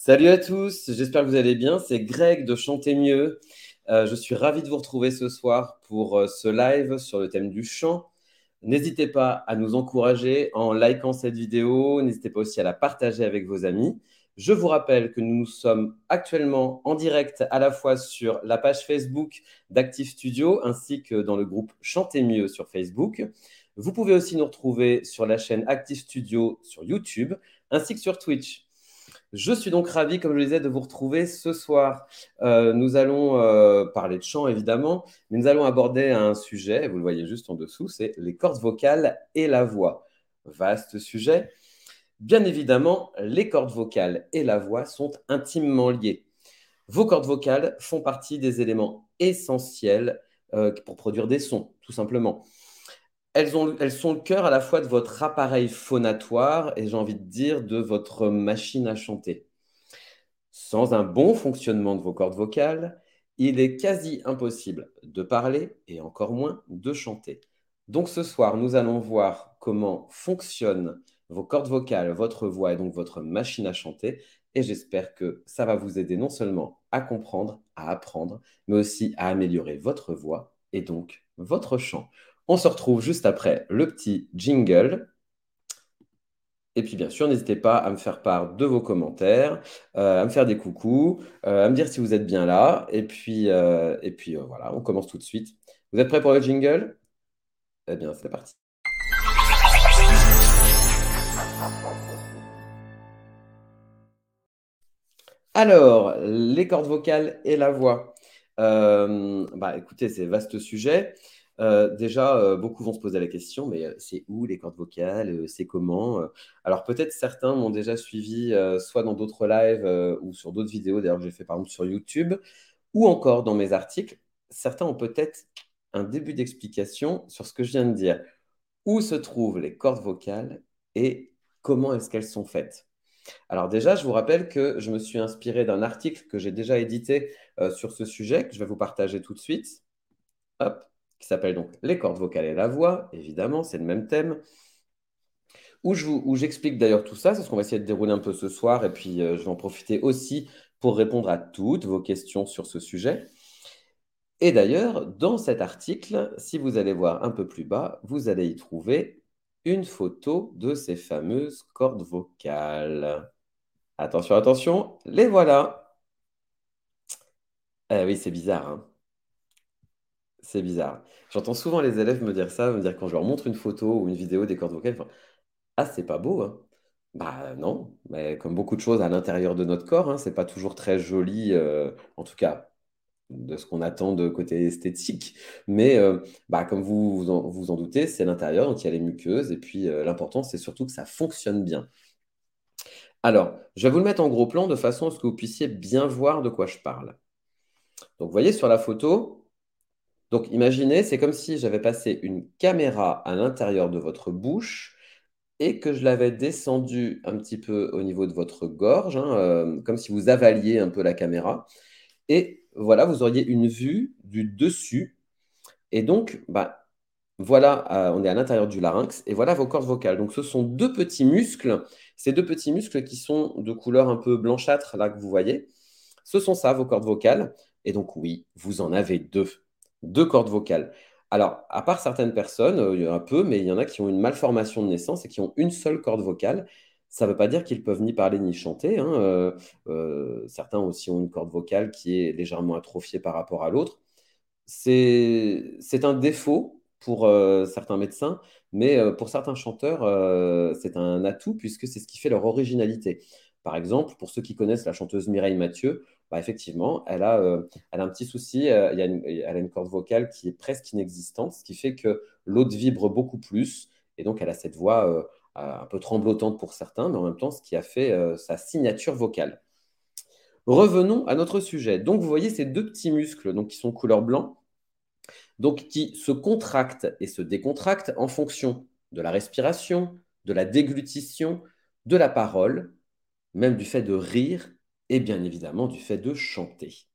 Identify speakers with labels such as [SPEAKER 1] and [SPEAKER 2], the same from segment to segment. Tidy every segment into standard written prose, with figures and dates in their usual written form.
[SPEAKER 1] Salut à tous, j'espère que vous allez bien. C'est Greg de Chanter Mieux. Je suis ravi de vous retrouver ce soir pour ce live sur le thème du chant. N'hésitez pas à nous encourager en likant cette vidéo. N'hésitez pas aussi à la partager avec vos amis. Je vous rappelle que nous sommes actuellement en direct à la fois sur la page Facebook d'Active Studio ainsi que dans le groupe Chanter Mieux sur Facebook. Vous pouvez aussi nous retrouver sur la chaîne Active Studio sur YouTube ainsi que sur Twitch. Je suis donc ravi, comme je le disais, de vous retrouver ce soir. Nous allons parler de chant, évidemment, mais nous allons aborder un sujet, vous le voyez juste en dessous, c'est les cordes vocales et la voix. Vaste sujet. Bien évidemment, les cordes vocales et la voix sont intimement liées. Vos cordes vocales font partie des éléments essentiels pour produire des sons, tout simplement. Elles sont le cœur à la fois de votre appareil phonatoire et j'ai envie de dire de votre machine à chanter. Sans un bon fonctionnement de vos cordes vocales, il est quasi impossible de parler et encore moins de chanter. Donc ce soir, nous allons voir comment fonctionnent vos cordes vocales, votre voix et donc votre machine à chanter. Et j'espère que ça va vous aider non seulement à comprendre, à apprendre, mais aussi à améliorer votre voix et donc votre chant. On se retrouve juste après le petit jingle. Et puis, bien sûr, n'hésitez pas à me faire part de vos commentaires, à me faire des coucous, à me dire si vous êtes bien là. Et puis voilà, on commence tout de suite. Vous êtes prêts pour le jingle? Eh bien, c'est parti. Alors, les cordes vocales et la voix. Écoutez, c'est vaste sujet. Déjà, beaucoup vont se poser la question, mais c'est où les cordes vocales? C'est comment? Alors, peut-être certains m'ont déjà suivi soit dans d'autres lives ou sur d'autres vidéos, d'ailleurs, que j'ai fait par exemple sur YouTube, ou encore dans mes articles. Certains ont peut-être un début d'explication sur ce que je viens de dire. Où se trouvent les cordes vocales et comment est-ce qu'elles sont faites? Alors déjà, je vous rappelle que je me suis inspiré d'un article que j'ai déjà édité sur ce sujet, que je vais vous partager tout de suite, hop, qui s'appelle donc Les cordes vocales et la voix, évidemment, c'est le même thème, où j'explique d'ailleurs tout ça, c'est ce qu'on va essayer de dérouler un peu ce soir, et puis je vais en profiter aussi pour répondre à toutes vos questions sur ce sujet. Et d'ailleurs, dans cet article, si vous allez voir un peu plus bas, vous allez y trouver une photo de ces fameuses cordes vocales. Attention, attention, les voilà. Oui, c'est bizarre, hein. C'est bizarre. J'entends souvent les élèves me dire ça, me dire quand je leur montre une photo ou une vidéo des cordes vocales, ils font, ah, c'est pas beau, hein. Bah non, mais comme beaucoup de choses à l'intérieur de notre corps, hein, c'est pas toujours très joli, en tout cas de ce qu'on attend de côté esthétique. Mais comme vous en doutez, c'est l'intérieur, donc il y a les muqueuses, et puis l'important, c'est surtout que ça fonctionne bien. Alors, je vais vous le mettre en gros plan de façon à ce que vous puissiez bien voir de quoi je parle. Donc, vous voyez sur la photo, donc imaginez, c'est comme si j'avais passé une caméra à l'intérieur de votre bouche et que je l'avais descendue un petit peu au niveau de votre gorge, hein, comme si vous avaliez un peu la caméra. Et voilà, vous auriez une vue du dessus. Et donc, voilà, on est à l'intérieur du larynx et voilà vos cordes vocales. Donc, ce sont deux petits muscles, ces deux petits muscles qui sont de couleur un peu blanchâtre, là que vous voyez. Ce sont ça, vos cordes vocales. Et donc, oui, vous en avez deux cordes vocales. Alors, à part certaines personnes, il y en a un peu, mais il y en a qui ont une malformation de naissance et qui ont une seule corde vocale. Ça ne veut pas dire qu'ils peuvent ni parler ni chanter, hein. Certains aussi ont une corde vocale qui est légèrement atrophiée par rapport à l'autre. C'est un défaut pour certains médecins, mais pour certains chanteurs, c'est un atout puisque c'est ce qui fait leur originalité. Par exemple, pour ceux qui connaissent la chanteuse Mireille Mathieu, effectivement, elle a un petit souci, elle a une corde vocale qui est presque inexistante, ce qui fait que l'autre vibre beaucoup plus, et donc elle a cette voix un peu tremblotante pour certains, mais en même temps, ce qui a fait sa signature vocale. Revenons à notre sujet. Donc, vous voyez ces deux petits muscles donc, qui sont couleur blanc, donc qui se contractent et se décontractent en fonction de la respiration, de la déglutition, de la parole, même du fait de rire et bien évidemment du fait de chanter.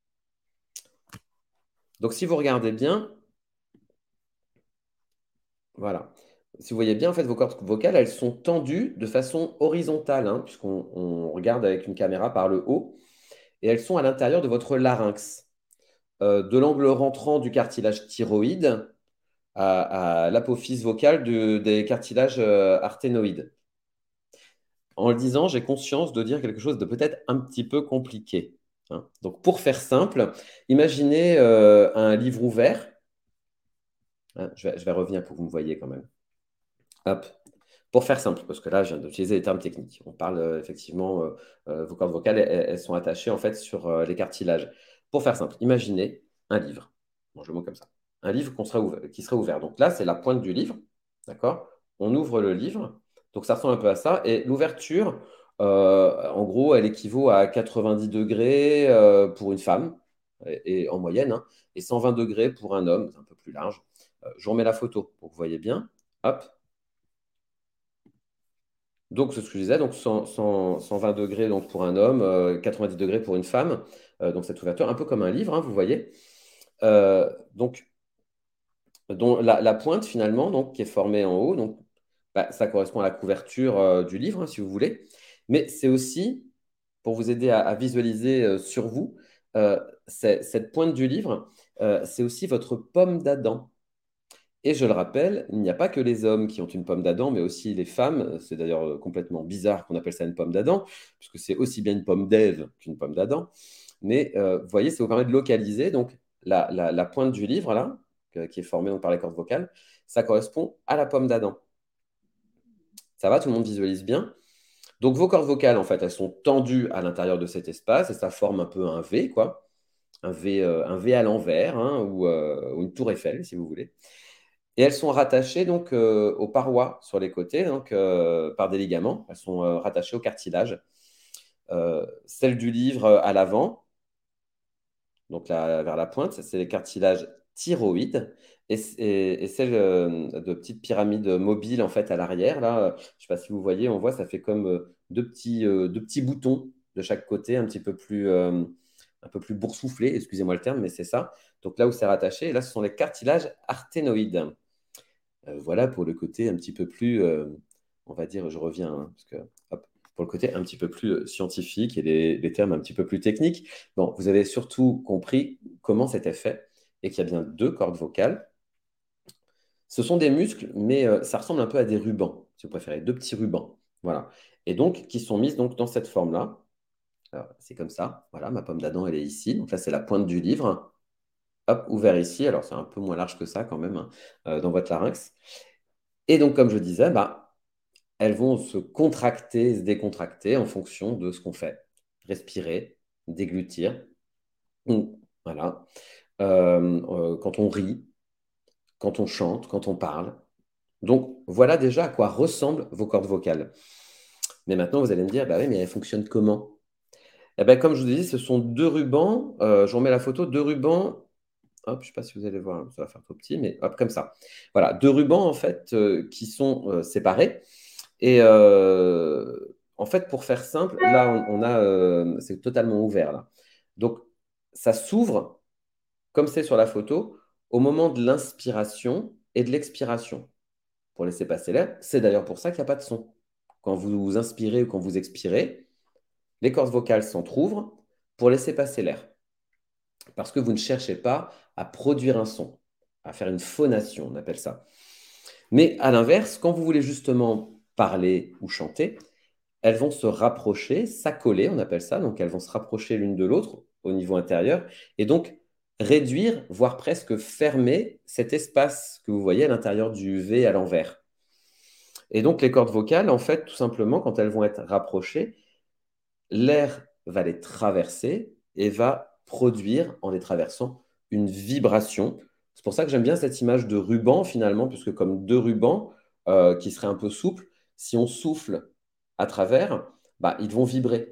[SPEAKER 1] Donc si vous regardez bien, voilà. si vous voyez bien, en fait, vos cordes vocales, elles sont tendues de façon horizontale, hein, puisqu'on regarde avec une caméra par le haut, et elles sont à l'intérieur de votre larynx, de l'angle rentrant du cartilage thyroïde à l'apophyse vocale des cartilages arténoïdes. En le disant, j'ai conscience de dire quelque chose de peut-être un petit peu compliqué, hein. Donc, pour faire simple, imaginez un livre ouvert, hein. Je vais revenir pour que vous me voyez quand même. Hop. Pour faire simple, parce que là, je viens d'utiliser des termes techniques. On parle effectivement, vos cordes vocales, elles sont attachées en fait sur les cartilages. Pour faire simple, imaginez un livre. Bon, je le mot comme ça. Un livre qui serait ouvert. Donc là, c'est la pointe du livre. D'accord? On ouvre le livre. Donc ça ressemble un peu à ça. Et l'ouverture, en gros, elle équivaut à 90 degrés pour une femme, et en moyenne, hein, et 120 degrés pour un homme, c'est un peu plus large. Je vous remets la photo pour que vous voyez bien. Hop. Donc, c'est ce que je disais, donc 120 degrés donc, pour un homme, 90 degrés pour une femme. Donc, cette ouverture, un peu comme un livre, hein, vous voyez. Donc, dont la pointe, finalement, donc, qui est formée en haut, donc, bah, ça correspond à la couverture du livre, hein, si vous voulez. Mais c'est aussi, pour vous aider à visualiser sur vous, cette pointe du livre, c'est aussi votre pomme d'Adam. Et je le rappelle, il n'y a pas que les hommes qui ont une pomme d'Adam, mais aussi les femmes. C'est d'ailleurs complètement bizarre qu'on appelle ça une pomme d'Adam, puisque c'est aussi bien une pomme d'Ève qu'une pomme d'Adam. Mais vous voyez, ça vous permet de localiser. Donc, la pointe du livre, là, qui est formée donc, par les cordes vocales, ça correspond à la pomme d'Adam. Ça va, tout le monde visualise bien. Donc, vos cordes vocales, en fait, elles sont tendues à l'intérieur de cet espace et ça forme un peu un V, quoi. Un V à l'envers, hein, ou une tour Eiffel, si vous voulez. Et elles sont rattachées donc aux parois sur les côtés, donc, par des ligaments. Elles sont rattachées au cartilage. Celle du livre à l'avant, donc là, vers la pointe, c'est les cartilages thyroïdes. Et celle de petite pyramide mobile en fait à l'arrière, là, je ne sais pas si vous voyez, on voit, ça fait comme deux petits boutons de chaque côté, un peu plus boursouflés, excusez-moi le terme, mais c'est ça. Donc là où c'est rattaché, là, ce sont les cartilages arténoïdes. Voilà pour le côté un petit peu plus, on va dire, je reviens, hein, parce que, hop, pour le côté un petit peu plus scientifique et les termes un petit peu plus techniques. Bon, vous avez surtout compris comment c'était fait et qu'il y a bien deux cordes vocales. Ce sont des muscles, mais ça ressemble un peu à des rubans, si vous préférez, deux petits rubans. Voilà. Et donc, qui sont mises donc, dans cette forme-là. Alors, c'est comme ça. Voilà, ma pomme d'Adam, elle est ici. Donc là, c'est la pointe du livre. Hop, ouvert ici. Alors, c'est un peu moins large que ça quand même, hein, dans votre larynx. Et donc, comme je disais, bah, elles vont se contracter et se décontracter en fonction de ce qu'on fait. Respirer, déglutir, voilà. Quand on rit, quand on chante, quand on parle. Donc, voilà déjà à quoi ressemblent vos cordes vocales. Mais maintenant, vous allez me dire, bah oui, mais elles fonctionnent comment? Eh ben, comme je vous ai dit, ce sont deux rubans. Je vous remets la photo, deux rubans. Hop, je ne sais pas si vous allez voir, ça va faire trop petit, mais hop, comme ça. Voilà, deux rubans en fait qui sont séparés. Et en fait, pour faire simple, là, c'est totalement ouvert là. Donc, ça s'ouvre comme c'est sur la photo au moment de l'inspiration et de l'expiration pour laisser passer l'air. C'est d'ailleurs pour ça qu'il n'y a pas de son. Quand vous inspirez ou quand vous expirez, les cordes vocales s'entr'ouvrent pour laisser passer l'air. Parce que vous ne cherchez pas à produire un son, à faire une phonation, on appelle ça. Mais à l'inverse, quand vous voulez justement parler ou chanter, elles vont se rapprocher, s'accoler, on appelle ça. Donc, elles vont se rapprocher l'une de l'autre au niveau intérieur et donc réduire, voire presque fermer cet espace que vous voyez à l'intérieur du V à l'envers. Et donc, les cordes vocales, en fait, tout simplement, quand elles vont être rapprochées, l'air va les traverser et va produire, en les traversant, une vibration. C'est pour ça que j'aime bien cette image de ruban, finalement, puisque comme deux rubans qui seraient un peu souples, si on souffle à travers, bah, ils vont vibrer,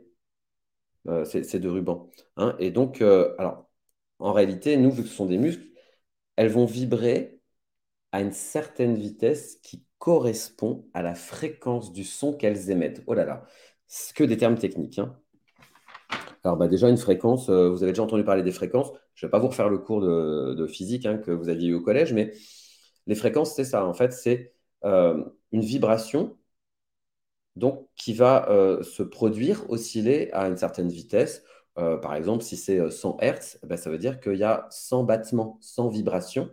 [SPEAKER 1] ces deux rubans, hein. Et donc, alors, en réalité, nous, vu que ce sont des muscles, elles vont vibrer à une certaine vitesse qui correspond à la fréquence du son qu'elles émettent. Oh là là, c'est que des termes techniques, hein. Alors bah, déjà, une fréquence, vous avez déjà entendu parler des fréquences. Je ne vais pas vous refaire le cours de physique hein, que vous aviez eu au collège, mais les fréquences, c'est ça. En fait, c'est une vibration donc, qui va se produire, osciller à une certaine vitesse. Par exemple, si c'est 100 Hertz, ben, ça veut dire qu'il y a 100 battements, 100 vibrations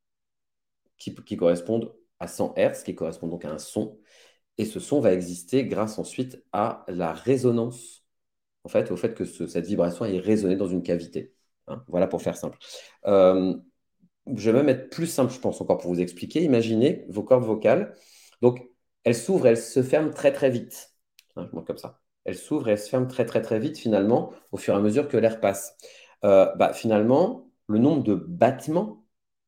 [SPEAKER 1] qui correspondent à 100 Hertz, qui correspondent donc à un son. Et ce son va exister grâce ensuite à la résonance, en fait, au fait que cette vibration ait résonné dans une cavité. Hein, voilà pour faire simple. Euh, je vais même être plus simple, je pense, encore pour vous expliquer. Imaginez vos cordes vocales. Donc, elles s'ouvrent, elles se ferment très, très vite. Hein, je montre comme ça. Elles s'ouvrent et elles se ferment très, très, très vite, finalement, au fur et à mesure que l'air passe. Finalement, le nombre de battements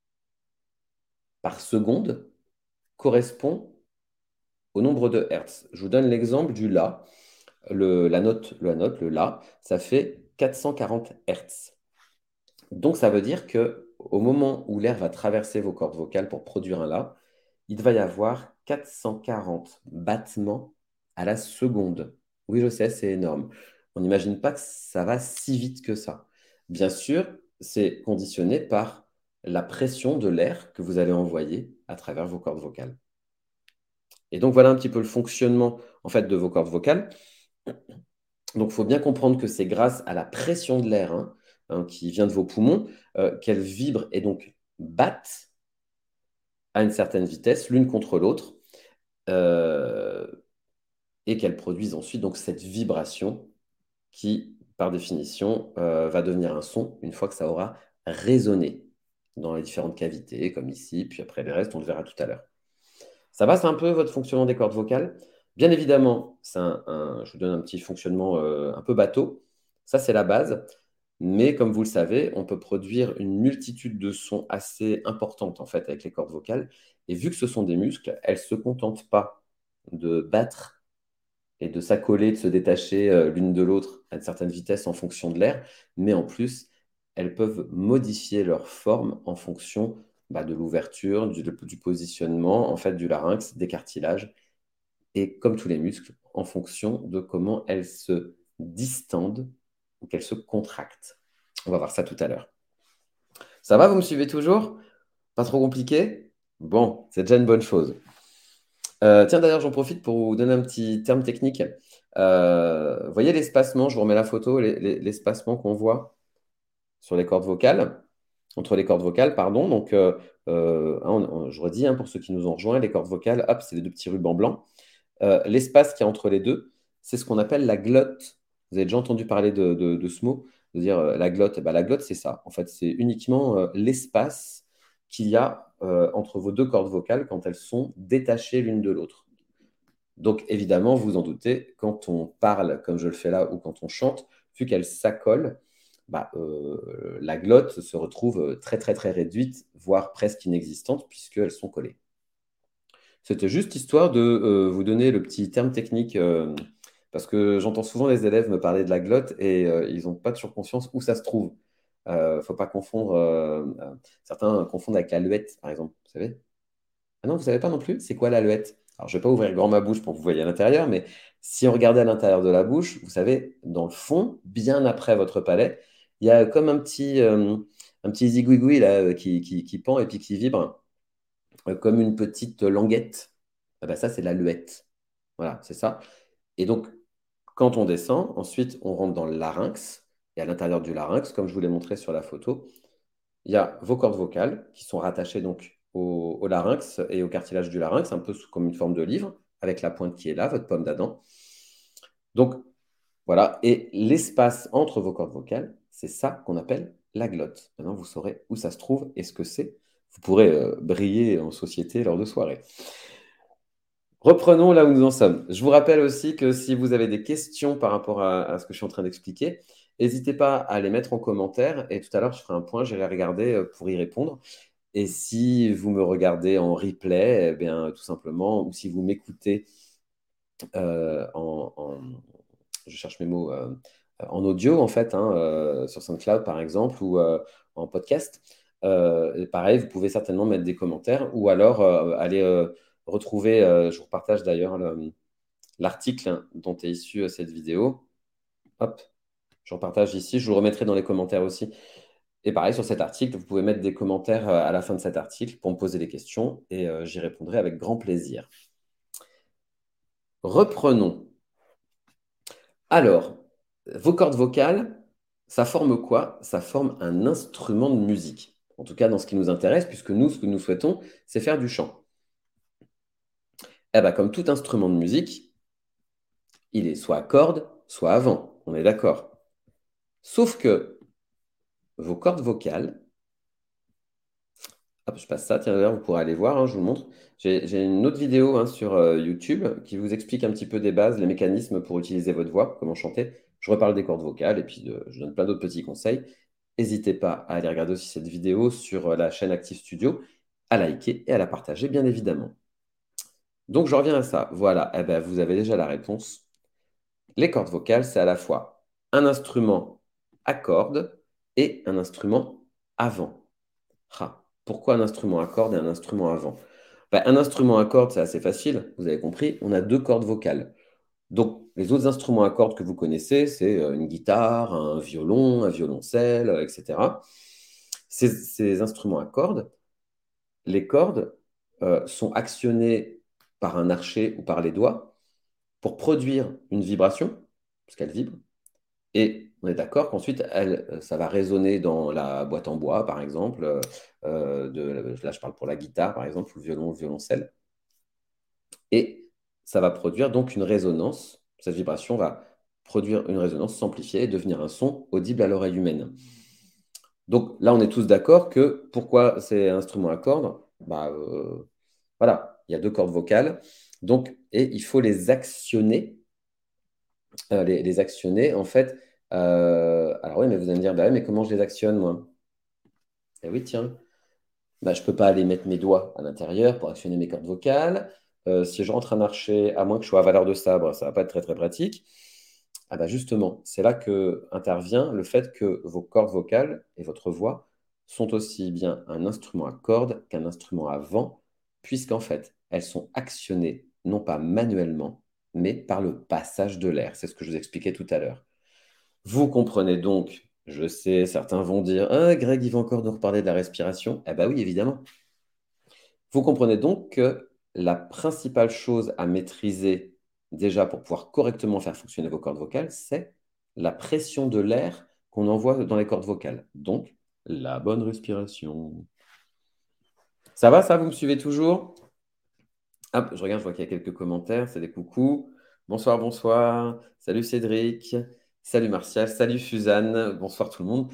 [SPEAKER 1] par seconde correspond au nombre de hertz. Je vous donne l'exemple du La. La note, le La, ça fait 440 hertz. Donc, ça veut dire que au moment où l'air va traverser vos cordes vocales pour produire un La, il va y avoir 440 battements à la seconde. Oui, je sais, c'est énorme. On n'imagine pas que ça va si vite que ça. Bien sûr, c'est conditionné par la pression de l'air que vous allez envoyer à travers vos cordes vocales. Et donc, voilà un petit peu le fonctionnement en fait, de vos cordes vocales. Donc, il faut bien comprendre que c'est grâce à la pression de l'air qui vient de vos poumons qu'elles vibrent et donc battent à une certaine vitesse l'une contre l'autre euh, et qu'elles produisent ensuite donc cette vibration qui, par définition, va devenir un son une fois que ça aura résonné dans les différentes cavités, comme ici, puis après les restes, on le verra tout à l'heure. Ça va, c'est un peu votre fonctionnement des cordes vocales. Bien évidemment, je vous donne un petit fonctionnement un peu bateau. Ça, c'est la base. Mais comme vous le savez, on peut produire une multitude de sons assez importantes en fait avec les cordes vocales. Et vu que ce sont des muscles, elles ne se contentent pas de battre et de s'accoler, de se détacher l'une de l'autre à une certaine vitesse en fonction de l'air, mais en plus, elles peuvent modifier leur forme en fonction de l'ouverture, du positionnement, en fait, du larynx, des cartilages, et comme tous les muscles, en fonction de comment elles se distendent ou qu'elles se contractent. On va voir ça tout à l'heure. Ça va, vous me suivez toujours? Pas trop compliqué? Bon, c'est déjà une bonne chose. Tiens, d'ailleurs, j'en profite pour vous donner un petit terme technique. Vous voyez l'espacement, je vous remets la photo, l'espacement qu'on voit sur les cordes vocales, entre les cordes vocales, pardon. Donc, je redis, pour ceux qui nous ont rejoints, les cordes vocales, hop, c'est les deux petits rubans blancs. L'espace qu'il y a entre les deux, c'est ce qu'on appelle la glotte. Vous avez déjà entendu parler de ce mot, de dire la glotte. La glotte, c'est ça. En fait, c'est uniquement l'espace qu'il y a entre vos deux cordes vocales quand elles sont détachées l'une de l'autre. Donc, évidemment, vous vous en doutez, quand on parle, comme je le fais là, ou quand on chante, vu qu'elles s'accolent, la glotte se retrouve très, très, très réduite, voire presque inexistante, puisqu'elles sont collées. C'était juste histoire de vous donner le petit terme technique, parce que j'entends souvent les élèves me parler de la glotte et ils n'ont pas toujours conscience où ça se trouve. Il ne faut pas confondre, certains confondent avec la luette, par exemple, vous savez? Ah non, vous savez pas non plus? C'est quoi l'alouette? Alors, je ne vais pas ouvrir grand ma bouche pour que vous voyez à l'intérieur, mais si on regardait à l'intérieur de la bouche, vous savez, dans le fond, bien après votre palais, il y a comme un petit zigouigoui là, qui pend et puis qui vibre, comme une petite languette. Ah ben, ça, c'est l'alouette. Voilà, c'est ça. Et donc, quand on descend, ensuite, on rentre dans le larynx. Et à l'intérieur du larynx, comme je vous l'ai montré sur la photo, il y a vos cordes vocales qui sont rattachées donc au larynx et au cartilage du larynx, un peu comme une forme de livre, avec la pointe qui est là, votre pomme d'Adam. Donc, voilà. Et l'espace entre vos cordes vocales, c'est ça qu'on appelle la glotte. Maintenant, vous saurez où ça se trouve et ce que c'est. Vous pourrez briller en société lors de soirées. Reprenons là où nous en sommes. Je vous rappelle aussi que si vous avez des questions par rapport à ce que je suis en train d'expliquer, n'hésitez pas à les mettre en commentaire et tout à l'heure, je ferai un point, j'irai regarder pour y répondre. Et si vous me regardez en replay, eh bien, tout simplement, ou si vous m'écoutez je cherche mes mots, en audio, en fait, sur SoundCloud, par exemple, ou en podcast, et pareil, vous pouvez certainement mettre des commentaires ou alors aller retrouver, je vous partage d'ailleurs l'article dont est issue cette vidéo. Hop, je repartage ici, je vous le remettrai dans les commentaires aussi. Et pareil, sur cet article, vous pouvez mettre des commentaires à la fin de cet article pour me poser des questions et j'y répondrai avec grand plaisir. Reprenons. Alors, vos cordes vocales, ça forme quoi? Ça forme un instrument de musique. En tout cas, dans ce qui nous intéresse, puisque nous, ce que nous souhaitons, c'est faire du chant. Eh ben, comme tout instrument de musique, il est soit à cordes, soit à vent. On est d'accord. Sauf que vos cordes vocales, hop, je passe ça, tiens, d'ailleurs, vous pourrez aller voir, hein, je vous le montre. J'ai une autre vidéo hein, sur YouTube qui vous explique un petit peu des bases, les mécanismes pour utiliser votre voix, comment chanter. Je reparle des cordes vocales et puis je donne plein d'autres petits conseils. N'hésitez pas à aller regarder aussi cette vidéo sur la chaîne Active Studio, à liker et à la partager, bien évidemment. Donc, je reviens à ça. Voilà, eh ben, vous avez déjà la réponse. Les cordes vocales, c'est à la fois un instrument à cordes et un instrument à vent. Ah, pourquoi un instrument à cordes et un instrument à vent? Ben, un instrument à cordes, c'est assez facile, vous avez compris, on a deux cordes vocales. Donc, les autres instruments à cordes que vous connaissez, c'est une guitare, un violon, un violoncelle, etc. Ces instruments à cordes, les cordes sont actionnées par un archet ou par les doigts pour produire une vibration, parce qu'elles vibrent. Et on est d'accord qu'ensuite, ça va résonner dans la boîte en bois, par exemple. Là, je parle pour la guitare, par exemple, ou le violon, le violoncelle. Et ça va produire donc une résonance. Cette vibration va produire une résonance, s'amplifier et devenir un son audible à l'oreille humaine. Donc là, on est tous d'accord que pourquoi ces instruments à cordes? Voilà, il y a deux cordes vocales. Donc, et il faut les actionner les actionner, en fait. Alors oui, mais vous allez me dire, bah ouais, mais comment je les actionne, moi? Eh oui, tiens, bah, je ne peux pas aller mettre mes doigts à l'intérieur pour actionner mes cordes vocales. Si je rentre un archet, à moins que je sois à valeur de sabre, ça ne va pas être très très pratique. Ah bah justement, c'est là que intervient le fait que vos cordes vocales et votre voix sont aussi bien un instrument à cordes qu'un instrument à vent, puisqu'en fait, elles sont actionnées non pas manuellement, mais par le passage de l'air. C'est ce que je vous expliquais tout à l'heure. Vous comprenez donc, je sais, certains vont dire, ah, Greg, il va encore nous reparler de la respiration. Eh bien oui, évidemment. Vous comprenez donc que la principale chose à maîtriser déjà pour pouvoir correctement faire fonctionner vos cordes vocales, c'est la pression de l'air qu'on envoie dans les cordes vocales. Donc, la bonne respiration. Ça va, ça? Vous me suivez toujours? Hop, je regarde, je vois qu'il y a quelques commentaires, c'est des coucous. Bonsoir, bonsoir. Salut Cédric. Salut Martial. Salut Suzanne. Bonsoir tout le monde.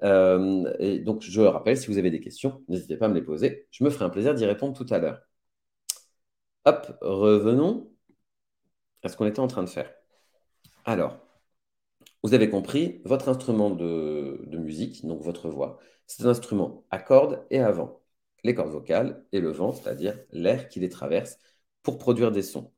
[SPEAKER 1] Et donc, je rappelle, si vous avez des questions, n'hésitez pas à me les poser. Je me ferai un plaisir d'y répondre tout à l'heure. Hop, revenons à ce qu'on était en train de faire. Alors, vous avez compris, votre instrument de musique, donc votre voix, c'est un instrument à cordes et à vent. Les cordes vocales et le vent, c'est-à-dire l'air qui les traverse pour produire des sons.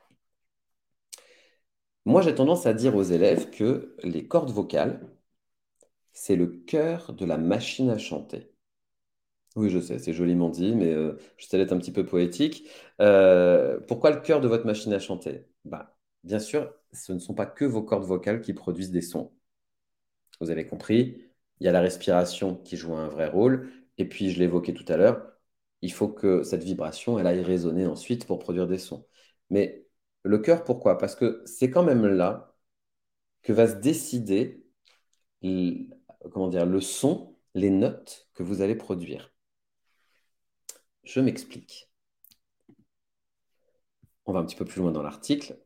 [SPEAKER 1] Moi, j'ai tendance à dire aux élèves que les cordes vocales, c'est le cœur de la machine à chanter. Oui, je sais, c'est joliment dit, mais je sais d'être un petit peu poétique. Pourquoi le cœur de votre machine à chanter? Bah, bien sûr, ce ne sont pas que vos cordes vocales qui produisent des sons. Vous avez compris, il y a la respiration qui joue un vrai rôle. Et puis, je l'évoquais tout à l'heure, il faut que cette vibration, elle aille résonner ensuite pour produire des sons. Mais le cœur, pourquoi? Parce que c'est quand même là que va se décider comment dire, le son, les notes que vous allez produire. Je m'explique. On va un petit peu plus loin dans l'article.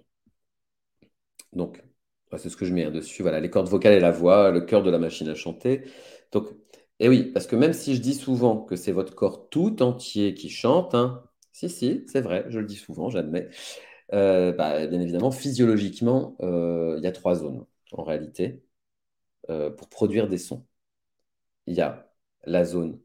[SPEAKER 1] Donc, c'est ce que je mets dessus. Voilà, les cordes vocales et la voix, le cœur de la machine à chanter. Donc, et oui, parce que même si je dis souvent que c'est votre corps tout entier qui chante, hein, si, c'est vrai, je le dis souvent, j'admets. Bien évidemment, physiologiquement, il y a trois zones en réalité pour produire des sons. Il y a la zone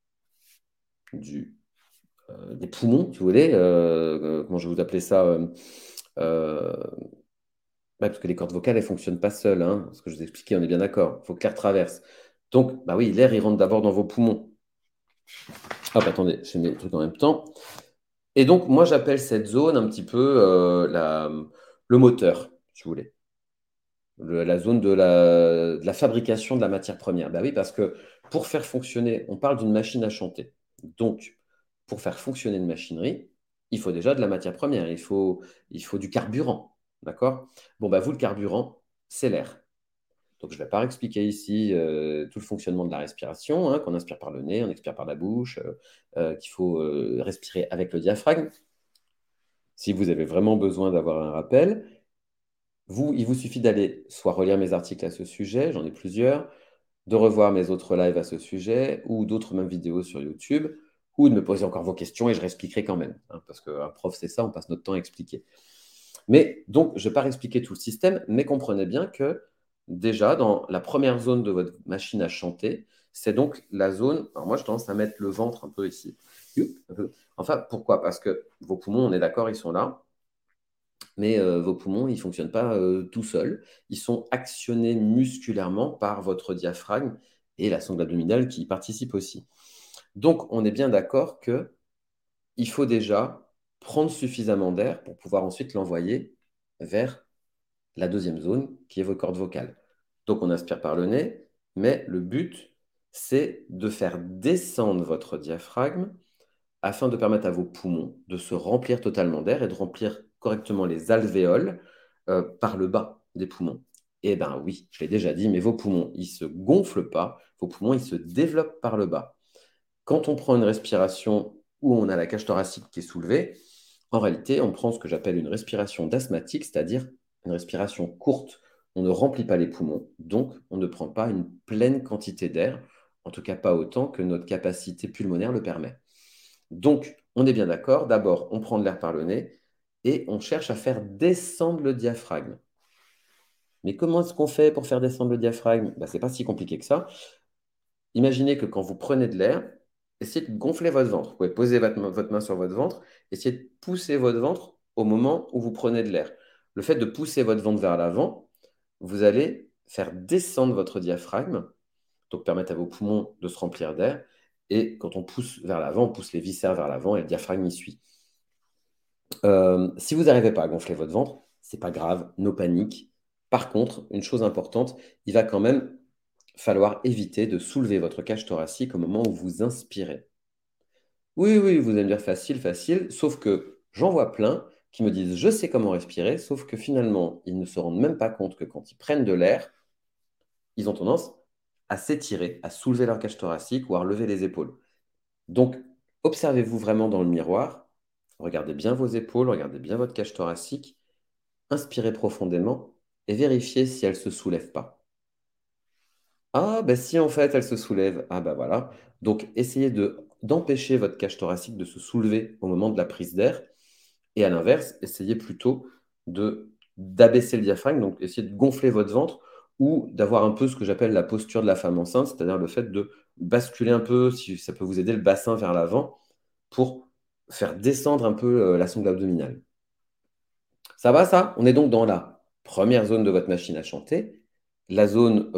[SPEAKER 1] des poumons, si vous voulez. Comment je vais vous appeler ça euh, parce que les cordes vocales, elles ne fonctionnent pas seules. Hein, ce que je vous ai expliqué, on est bien d'accord. Il faut que l'air traverse. Donc, bah oui, l'air, il rentre d'abord dans vos poumons. Hop, attendez, je mets les trucs en même temps. Et donc, moi, j'appelle cette zone un petit peu le moteur, si vous voulez. La zone de la fabrication de la matière première. Bah oui, parce que Pour faire fonctionner, on parle d'une machine à chanter. Donc, pour faire fonctionner une machinerie, il faut déjà de la matière première, il faut du carburant. D'accord? Bon, bah, vous, le carburant, c'est l'air. Donc, je ne vais pas expliquer ici tout le fonctionnement de la respiration, hein, qu'on inspire par le nez, on expire par la bouche, qu'il faut respirer avec le diaphragme. Si vous avez vraiment besoin d'avoir un rappel, il vous suffit d'aller soit relire mes articles à ce sujet, j'en ai plusieurs, de revoir mes autres lives à ce sujet, ou d'autres mêmes vidéos sur YouTube, ou de me poser encore vos questions et je réexpliquerai quand même. Hein, parce qu'un prof, c'est ça, on passe notre temps à expliquer. Mais donc, je ne vais pas expliquer tout le système, mais comprenez bien que déjà, dans la première zone de votre machine à chanter, c'est donc la zone. Alors, moi, je tendance à mettre le ventre un peu ici. Un peu. Enfin, pourquoi? Parce que vos poumons, on est d'accord, ils sont là. Mais vos poumons, ils ne fonctionnent pas tout seuls. Ils sont actionnés musculairement par votre diaphragme et la sangle abdominale qui y participe aussi. Donc, on est bien d'accord qu'il faut déjà prendre suffisamment d'air pour pouvoir ensuite l'envoyer vers la deuxième zone, qui est vos cordes vocales. Donc, on inspire par le nez, mais le but, c'est de faire descendre votre diaphragme afin de permettre à vos poumons de se remplir totalement d'air et de remplir correctement les alvéoles par le bas des poumons. Eh bien oui, je l'ai déjà dit, mais vos poumons, ils ne se gonflent pas, vos poumons, ils se développent par le bas. Quand on prend une respiration où on a la cage thoracique qui est soulevée, en réalité, on prend ce que j'appelle une respiration d'asthmatique, c'est-à-dire une respiration courte. On ne remplit pas les poumons, donc on ne prend pas une pleine quantité d'air, en tout cas pas autant que notre capacité pulmonaire le permet. Donc, on est bien d'accord. D'abord, on prend de l'air par le nez et on cherche à faire descendre le diaphragme. Mais comment est-ce qu'on fait pour faire descendre le diaphragme? Ce n'est pas si compliqué que ça. Imaginez que quand vous prenez de l'air, essayez de gonfler votre ventre. Vous pouvez poser votre main sur votre ventre, essayez de pousser votre ventre au moment où vous prenez de l'air. Le fait de pousser votre ventre vers l'avant, vous allez faire descendre votre diaphragme, donc permettre à vos poumons de se remplir d'air. Et quand on pousse vers l'avant, on pousse les viscères vers l'avant et le diaphragme y suit. Si vous n'arrivez pas à gonfler votre ventre, c'est pas grave, no panique. Par contre, une chose importante, il va quand même falloir éviter de soulever votre cage thoracique au moment où vous inspirez. Oui, oui, vous allez me dire facile, facile, sauf que j'en vois plein qui me disent je sais comment respirer, sauf que finalement, ils ne se rendent même pas compte que quand ils prennent de l'air, ils ont tendance à s'étirer, à soulever leur cage thoracique ou à relever les épaules. Donc, observez-vous vraiment dans le miroir, regardez bien vos épaules, regardez bien votre cage thoracique, inspirez profondément et vérifiez si elle ne se soulève pas. Ah, ben si en fait elle se soulève, ah ben voilà. Donc, essayez d'empêcher votre cage thoracique de se soulever au moment de la prise d'air. Et à l'inverse, essayez plutôt d'abaisser le diaphragme, donc essayez de gonfler votre ventre ou d'avoir un peu ce que j'appelle la posture de la femme enceinte, c'est-à-dire le fait de basculer un peu, si ça peut vous aider, le bassin vers l'avant pour faire descendre un peu la sangle abdominale. Ça va, ça? On est donc dans la première zone de votre machine à chanter, la zone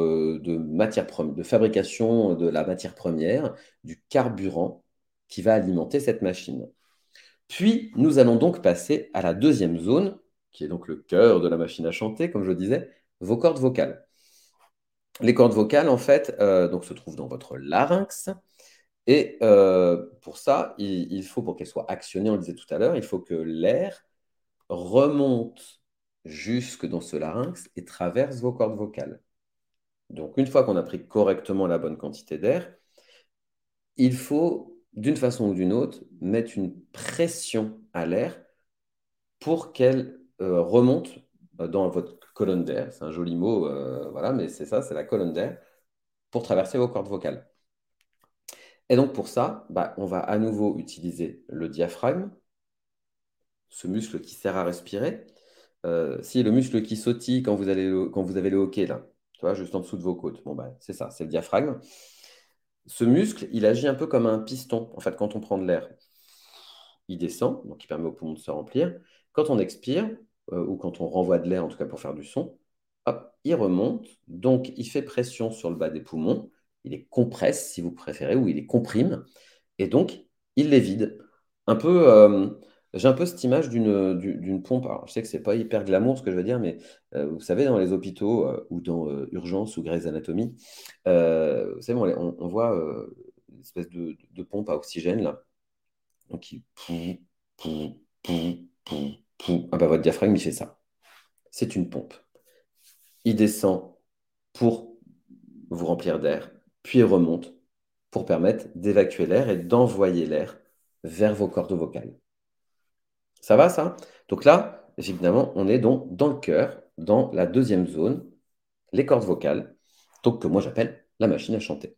[SPEAKER 1] de fabrication de la matière première, du carburant qui va alimenter cette machine. Puis, nous allons donc passer à la deuxième zone, qui est donc le cœur de la machine à chanter, comme je le disais, vos cordes vocales. Les cordes vocales, en fait, donc, se trouvent dans votre larynx. Et pour ça, il faut, pour qu'elles soient actionnées, on le disait tout à l'heure, il faut que l'air remonte jusque dans ce larynx et traverse vos cordes vocales. Donc, une fois qu'on a pris correctement la bonne quantité d'air, il faut, d'une façon ou d'une autre, mettre une pression à l'air pour qu'elle remonte dans votre colonne d'air. C'est un joli mot, voilà, mais c'est ça, c'est la colonne d'air, pour traverser vos cordes vocales. Et donc pour ça, on va à nouveau utiliser le diaphragme, ce muscle qui sert à respirer. Si le muscle qui sautille quand vous avez le hoquet, là, tu vois, juste en dessous de vos côtes, c'est ça, c'est le diaphragme. Ce muscle, il agit un peu comme un piston, en fait, quand on prend de l'air. Il descend, donc il permet aux poumons de se remplir. Quand on expire, ou quand on renvoie de l'air, en tout cas pour faire du son, hop, il remonte, donc il fait pression sur le bas des poumons, il les compresse si vous préférez, ou il les comprime, et donc il les vide. Un peu J'ai un peu cette image d'une pompe. Alors, je sais que c'est pas hyper glamour ce que je veux dire, mais vous savez, dans les hôpitaux ou dans Urgence ou Grey's Anatomy, vous savez, on voit une espèce de pompe à oxygène là, donc qui pou, pou, pou, pou, pou. Ah bah votre diaphragme il fait ça. C'est une pompe. Il descend pour vous remplir d'air, puis il remonte pour permettre d'évacuer l'air et d'envoyer l'air vers vos cordes vocales. Ça va, ça? Donc là, évidemment, on est donc dans le cœur, dans la deuxième zone, les cordes vocales, donc que moi j'appelle la machine à chanter.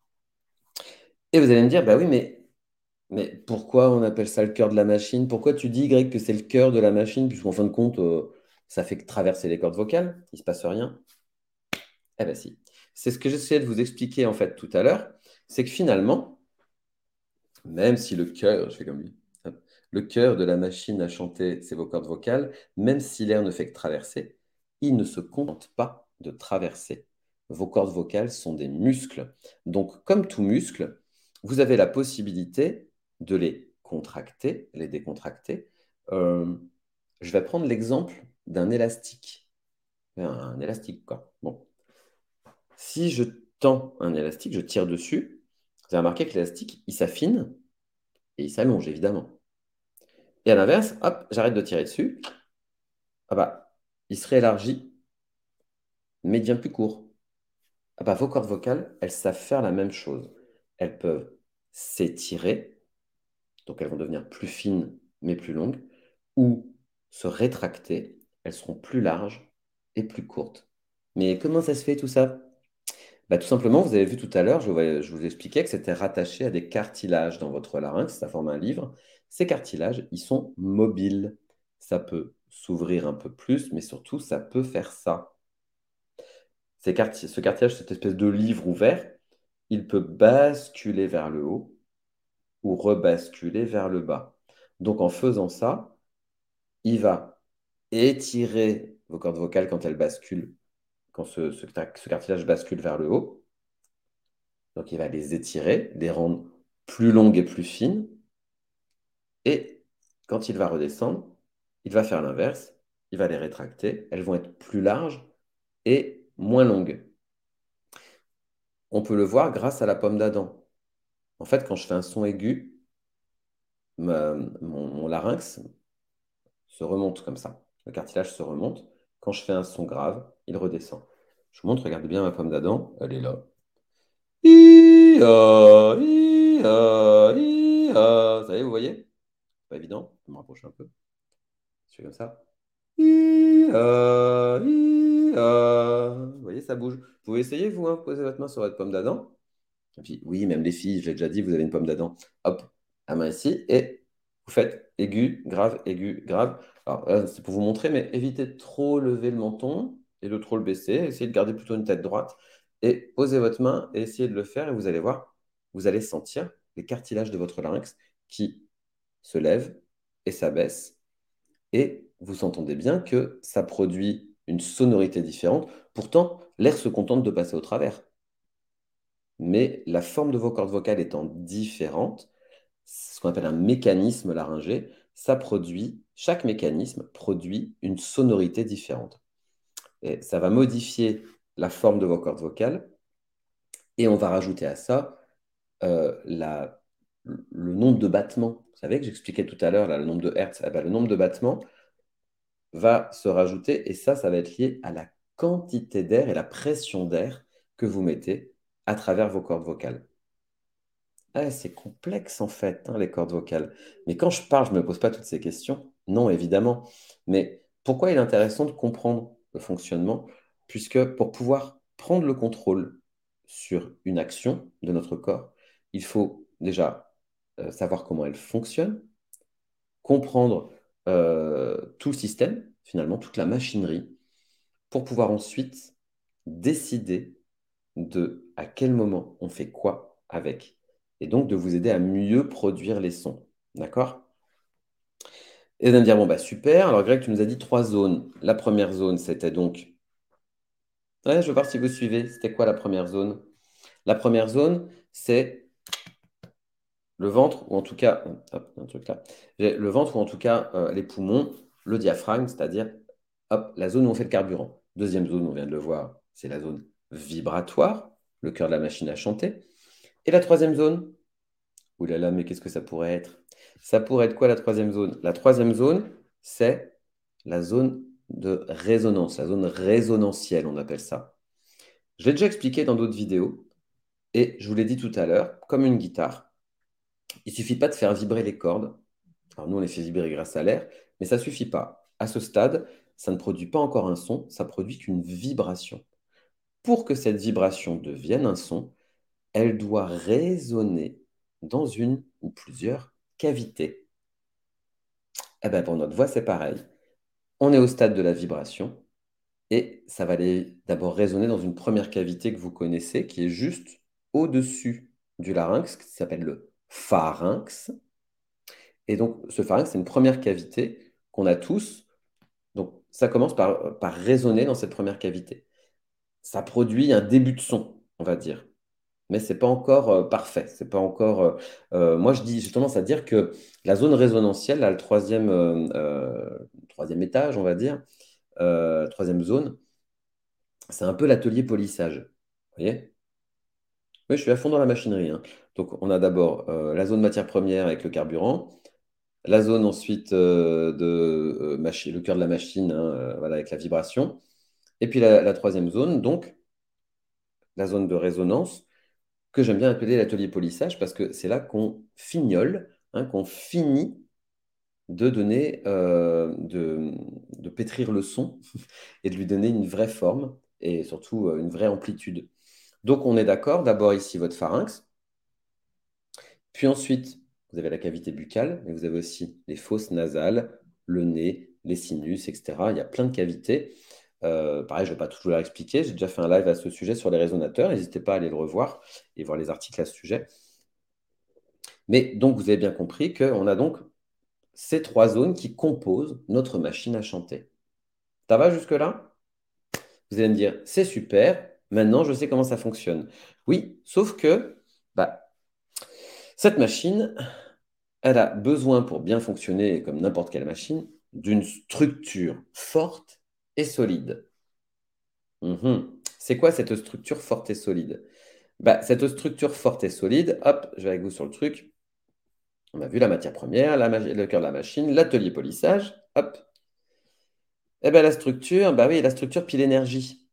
[SPEAKER 1] Et vous allez me dire, bah oui, mais pourquoi on appelle ça le cœur de la machine? Pourquoi tu dis, Greg, que c'est le cœur de la machine, puisqu'en fin de compte, ça fait que traverser les cordes vocales, il ne se passe rien? Eh bien si. C'est ce que j'essayais de vous expliquer en fait tout à l'heure, c'est que finalement, même si le cœur, je fais comme lui, hop, le cœur de la machine à chanter, c'est vos cordes vocales, même si l'air ne fait que traverser, il ne se contente pas de traverser. Vos cordes vocales sont des muscles. Donc, comme tout muscle, vous avez la possibilité de les contracter, les décontracter. Euh, je vais prendre l'exemple d'un élastique. Un élastique, quoi. Bon. Si je tends un élastique, je tire dessus, vous avez remarqué que l'élastique, il s'affine et il s'allonge, évidemment. Et à l'inverse, hop, j'arrête de tirer dessus. Ah bah, il se réélargit, mais devient plus court. Ah bah, vos cordes vocales, elles savent faire la même chose. Elles peuvent s'étirer, donc elles vont devenir plus fines, mais plus longues, ou se rétracter, elles seront plus larges et plus courtes. Mais comment ça se fait tout ça? Bah, tout simplement, vous avez vu tout à l'heure, je vous expliquais que c'était rattaché à des cartilages dans votre larynx, ça forme un livre. Ces cartilages, ils sont mobiles. Ça peut s'ouvrir un peu plus, mais surtout, ça peut faire ça. Ce cartilage, cette espèce de livre ouvert, il peut basculer vers le haut ou rebasculer vers le bas. Donc, en faisant ça, il va étirer vos cordes vocales quand elles basculent, quand ce cartilage bascule vers le haut. Donc, il va les étirer, les rendre plus longues et plus fines. Et quand il va redescendre, il va faire l'inverse. Il va les rétracter. Elles vont être plus larges et moins longues. On peut le voir grâce à la pomme d'Adam. En fait, quand je fais un son aigu, mon larynx se remonte comme ça. Le cartilage se remonte. Quand je fais un son grave, il redescend. Je vous montre, regardez bien ma pomme d'Adam. Elle est là. Ia, ia, ia. Vous savez, vous voyez? Pas évident. Je vais me rapprocher un peu. Je fais comme ça. Ia, ia. Vous voyez, ça bouge. Vous pouvez essayer, vous, hein, poser votre main sur votre pomme d'Adam. Et puis, oui, même les filles, je l'ai déjà dit, vous avez une pomme d'Adam. Hop, la main ici, et vous faites aigu, grave. Alors là, c'est pour vous montrer, mais évitez de trop lever le menton et de trop le baisser. Essayez de garder plutôt une tête droite. Et posez votre main et essayez de le faire, et vous allez voir, vous allez sentir les cartilages de votre larynx qui se lèvent et s'abaissent. Et vous entendez bien que ça produit une sonorité différente. Pourtant, l'air se contente de passer au travers. Mais la forme de vos cordes vocales étant différente, ce qu'on appelle un mécanisme laryngé, chaque mécanisme produit une sonorité différente. Et ça va modifier la forme de vos cordes vocales et on va rajouter à ça le nombre de battements. Vous savez que j'expliquais tout à l'heure là, le nombre de hertz. Eh ben, le nombre de battements va se rajouter et ça va être lié à la quantité d'air et la pression d'air que vous mettez à travers vos cordes vocales. Ah, c'est complexe en fait, hein, les cordes vocales. Mais quand je parle, je ne me pose pas toutes ces questions. Non, évidemment. Mais pourquoi il est intéressant de comprendre le fonctionnement? Puisque pour pouvoir prendre le contrôle sur une action de notre corps, il faut déjà savoir comment elle fonctionne, comprendre tout le système, finalement, toute la machinerie, pour pouvoir ensuite décider de à quel moment on fait quoi avec. Et donc de vous aider à mieux produire les sons. D'accord? Et vous allez me dire, bon, bah super. Alors, Greg, tu nous as dit trois zones. La première zone, c'était donc. Ouais, je veux voir si vous suivez. C'était quoi la première zone? La première zone, c'est le ventre, ou en tout cas, hop, un truc là. J'ai le ventre, ou en tout cas les poumons, le diaphragme, c'est-à-dire hop, la zone où on fait le carburant. Deuxième zone, on vient de le voir, c'est la zone vibratoire, le cœur de la machine à chanter. Et la troisième zone, ouh là là, mais qu'est-ce que ça pourrait être? Ça pourrait être quoi la troisième zone? La troisième zone, c'est la zone de résonance, la zone résonantielle, on appelle ça. Je l'ai déjà expliqué dans d'autres vidéos, et je vous l'ai dit tout à l'heure, comme une guitare, il ne suffit pas de faire vibrer les cordes. Alors nous, on les fait vibrer grâce à l'air, mais ça ne suffit pas. À ce stade, ça ne produit pas encore un son, ça produit qu'une vibration. Pour que cette vibration devienne un son, elle doit résonner dans une ou plusieurs cavités. Eh bien, pour notre voix, c'est pareil. On est au stade de la vibration et ça va aller d'abord résonner dans une première cavité que vous connaissez, qui est juste au-dessus du larynx, qui s'appelle le pharynx. Et donc, ce pharynx, c'est une première cavité qu'on a tous. Donc, ça commence par résonner dans cette première cavité. Ça produit un début de son, on va dire. Mais c'est pas encore parfait. C'est pas encore. Moi, j'ai tendance à dire que la zone résonantielle, là, le troisième étage, on va dire, troisième zone, c'est un peu l'atelier polissage. Vous voyez? Oui, je suis à fond dans la machinerie, hein. Donc, on a d'abord la zone matière première avec le carburant, la zone ensuite le cœur de la machine, hein, voilà, avec la vibration, et puis la troisième zone, donc la zone de résonance, que j'aime bien appeler l'atelier polissage parce que c'est là qu'on fignole, hein, qu'on finit de donner, de pétrir le son et de lui donner une vraie forme et surtout une vraie amplitude. Donc on est d'accord, d'abord ici votre pharynx, puis ensuite vous avez la cavité buccale, mais vous avez aussi les fosses nasales, le nez, les sinus, etc. Il y a plein de cavités. Pareil, je ne vais pas tout vous leur expliquer. J'ai déjà fait un live à ce sujet sur les résonateurs. N'hésitez pas à aller le revoir et voir les articles à ce sujet. Mais donc, vous avez bien compris qu'on a donc ces trois zones qui composent notre machine à chanter. Ça va jusque-là? Vous allez me dire, c'est super, maintenant je sais comment ça fonctionne. Oui, sauf que bah, cette machine, elle a besoin pour bien fonctionner comme n'importe quelle machine d'une structure forte et solide. C'est quoi cette structure forte et solide? Bah, cette structure forte et solide, hop, je vais avec vous sur le truc. On a vu la matière première, le cœur de la machine, l'atelier polissage, hop. Eh bien, la structure, bah oui, la structure pile énergie.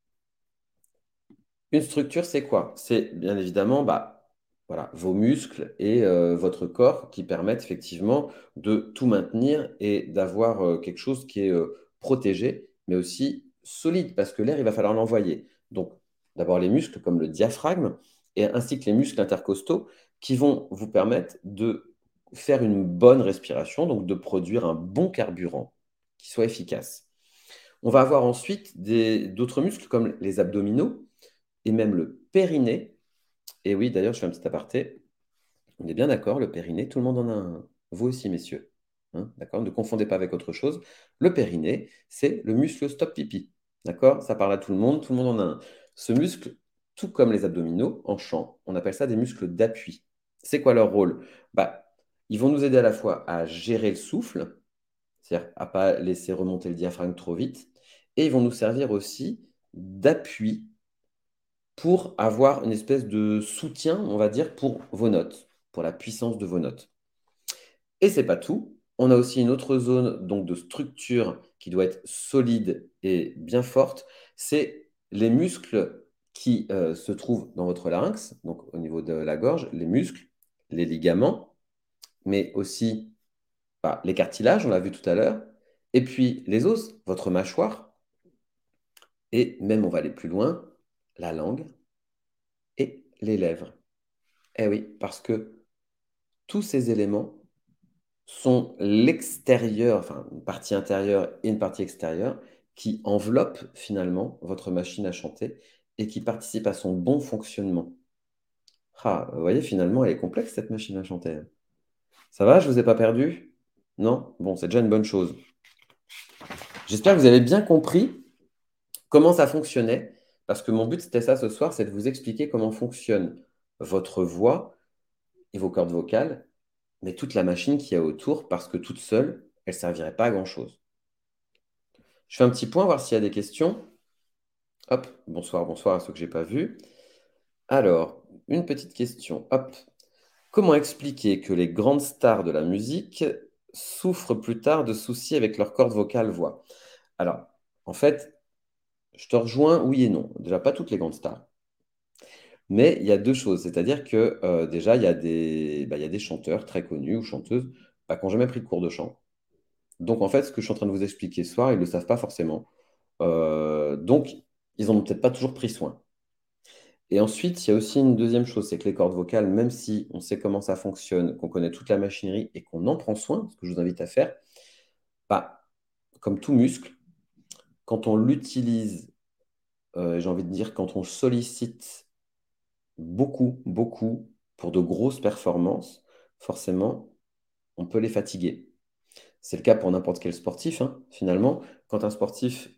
[SPEAKER 1] Une structure, c'est quoi? C'est bien évidemment bah, voilà, vos muscles et votre corps qui permettent effectivement de tout maintenir et d'avoir quelque chose qui est protégé, mais aussi solide, parce que l'air, il va falloir l'envoyer. Donc, d'abord les muscles comme le diaphragme, et ainsi que les muscles intercostaux, qui vont vous permettre de faire une bonne respiration, donc de produire un bon carburant qui soit efficace. On va avoir ensuite d'autres muscles comme les abdominaux et même le périnée. Et oui, d'ailleurs, je fais un petit aparté. On est bien d'accord, le périnée, tout le monde en a un. Vous aussi, messieurs. Hein, d'accord? Ne confondez pas avec autre chose. Le périnée, c'est le muscle stop pipi. D'accord? Ça parle à tout le monde en a un. Ce muscle, tout comme les abdominaux, en chant, on appelle ça des muscles d'appui. C'est quoi leur rôle? Bah, ils vont nous aider à la fois à gérer le souffle, c'est-à-dire à ne pas laisser remonter le diaphragme trop vite, et ils vont nous servir aussi d'appui pour avoir une espèce de soutien, on va dire, pour vos notes, pour la puissance de vos notes. Et c'est pas tout. On a aussi une autre zone donc de structure qui doit être solide et bien forte. C'est les muscles qui se trouvent dans votre larynx, donc au niveau de la gorge, les muscles, les ligaments, mais aussi bah, les cartilages, on l'a vu tout à l'heure, et puis les os, votre mâchoire, et même on va aller plus loin, la langue et les lèvres. Eh oui, parce que tous ces éléments sont l'extérieur, enfin une partie intérieure et une partie extérieure, qui enveloppent finalement votre machine à chanter et qui participent à son bon fonctionnement. Ah, vous voyez, finalement, elle est complexe cette machine à chanter. Ça va, je vous ai pas perdu? Non? Bon, c'est déjà une bonne chose. J'espère que vous avez bien compris comment ça fonctionnait, parce que mon but c'était ça ce soir, c'est de vous expliquer comment fonctionne votre voix et vos cordes vocales, mais toute la machine qu'il y a autour, parce que toute seule, elle ne servirait pas à grand-chose. Je fais un petit point, voir s'il y a des questions. Hop, bonsoir, bonsoir à ceux que j'ai pas vus. Alors, une petite question. Hop. Comment expliquer que les grandes stars de la musique souffrent plus tard de soucis avec leurs cordes vocales voix? Alors, en fait, je te rejoins, oui et non. Déjà, pas toutes les grandes stars. Mais il y a deux choses. C'est-à-dire que déjà, il y a des chanteurs très connus ou chanteuses qui n'ont jamais pris de cours de chant. Donc, en fait, ce que je suis en train de vous expliquer ce soir, ils ne le savent pas forcément. Donc, ils n'en ont peut-être pas toujours pris soin. Et ensuite, il y a aussi une deuxième chose, c'est que les cordes vocales, même si on sait comment ça fonctionne, qu'on connaît toute la machinerie et qu'on en prend soin, ce que je vous invite à faire, bah, comme tout muscle, quand on l'utilise, j'ai envie de dire, quand on le sollicite beaucoup, beaucoup pour de grosses performances, forcément, on peut les fatiguer. C'est le cas pour n'importe quel sportif, hein, finalement. Quand un sportif,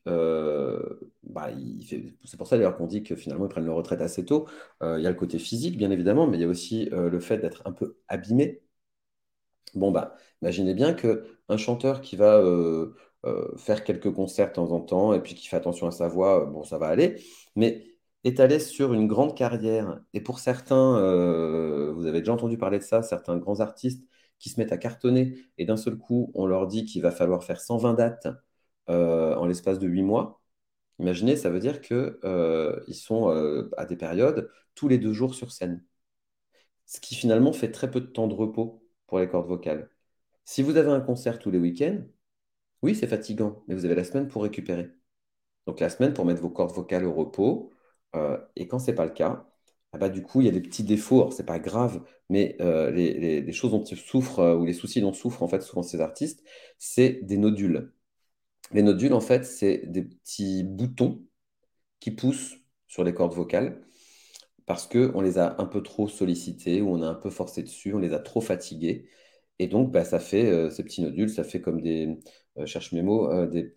[SPEAKER 1] c'est pour ça d'ailleurs qu'on dit que finalement ils prennent leur retraite assez tôt. Il y a le côté physique, bien évidemment, mais il y a aussi le fait d'être un peu abîmé. Bon, bah, imaginez bien qu'un chanteur qui va faire quelques concerts de temps en temps et puis qui fait attention à sa voix, bon, ça va aller, mais étalé sur une grande carrière, et pour certains, vous avez déjà entendu parler de ça, certains grands artistes qui se mettent à cartonner et d'un seul coup, on leur dit qu'il va falloir faire 120 dates en l'espace de 8 mois. Imaginez, ça veut dire que, ils sont à des périodes tous les 2 jours sur scène, ce qui finalement fait très peu de temps de repos pour les cordes vocales. Si vous avez un concert tous les week-ends, oui, c'est fatigant, mais vous avez la semaine pour récupérer. Donc la semaine pour mettre vos cordes vocales au repos. Et quand c'est pas le cas, ah bah, du coup, il y a des petits défauts. Alors, c'est pas grave, mais les choses dont ils souffrent ou les soucis dont souffrent en fait souvent ces artistes, c'est des nodules. Les nodules, en fait, c'est des petits boutons qui poussent sur les cordes vocales parce qu'on les a un peu trop sollicités ou on a un peu forcé dessus, on les a trop fatigués. Et donc, bah, ça fait ces petits nodules, ça fait comme des, cherche mes mots,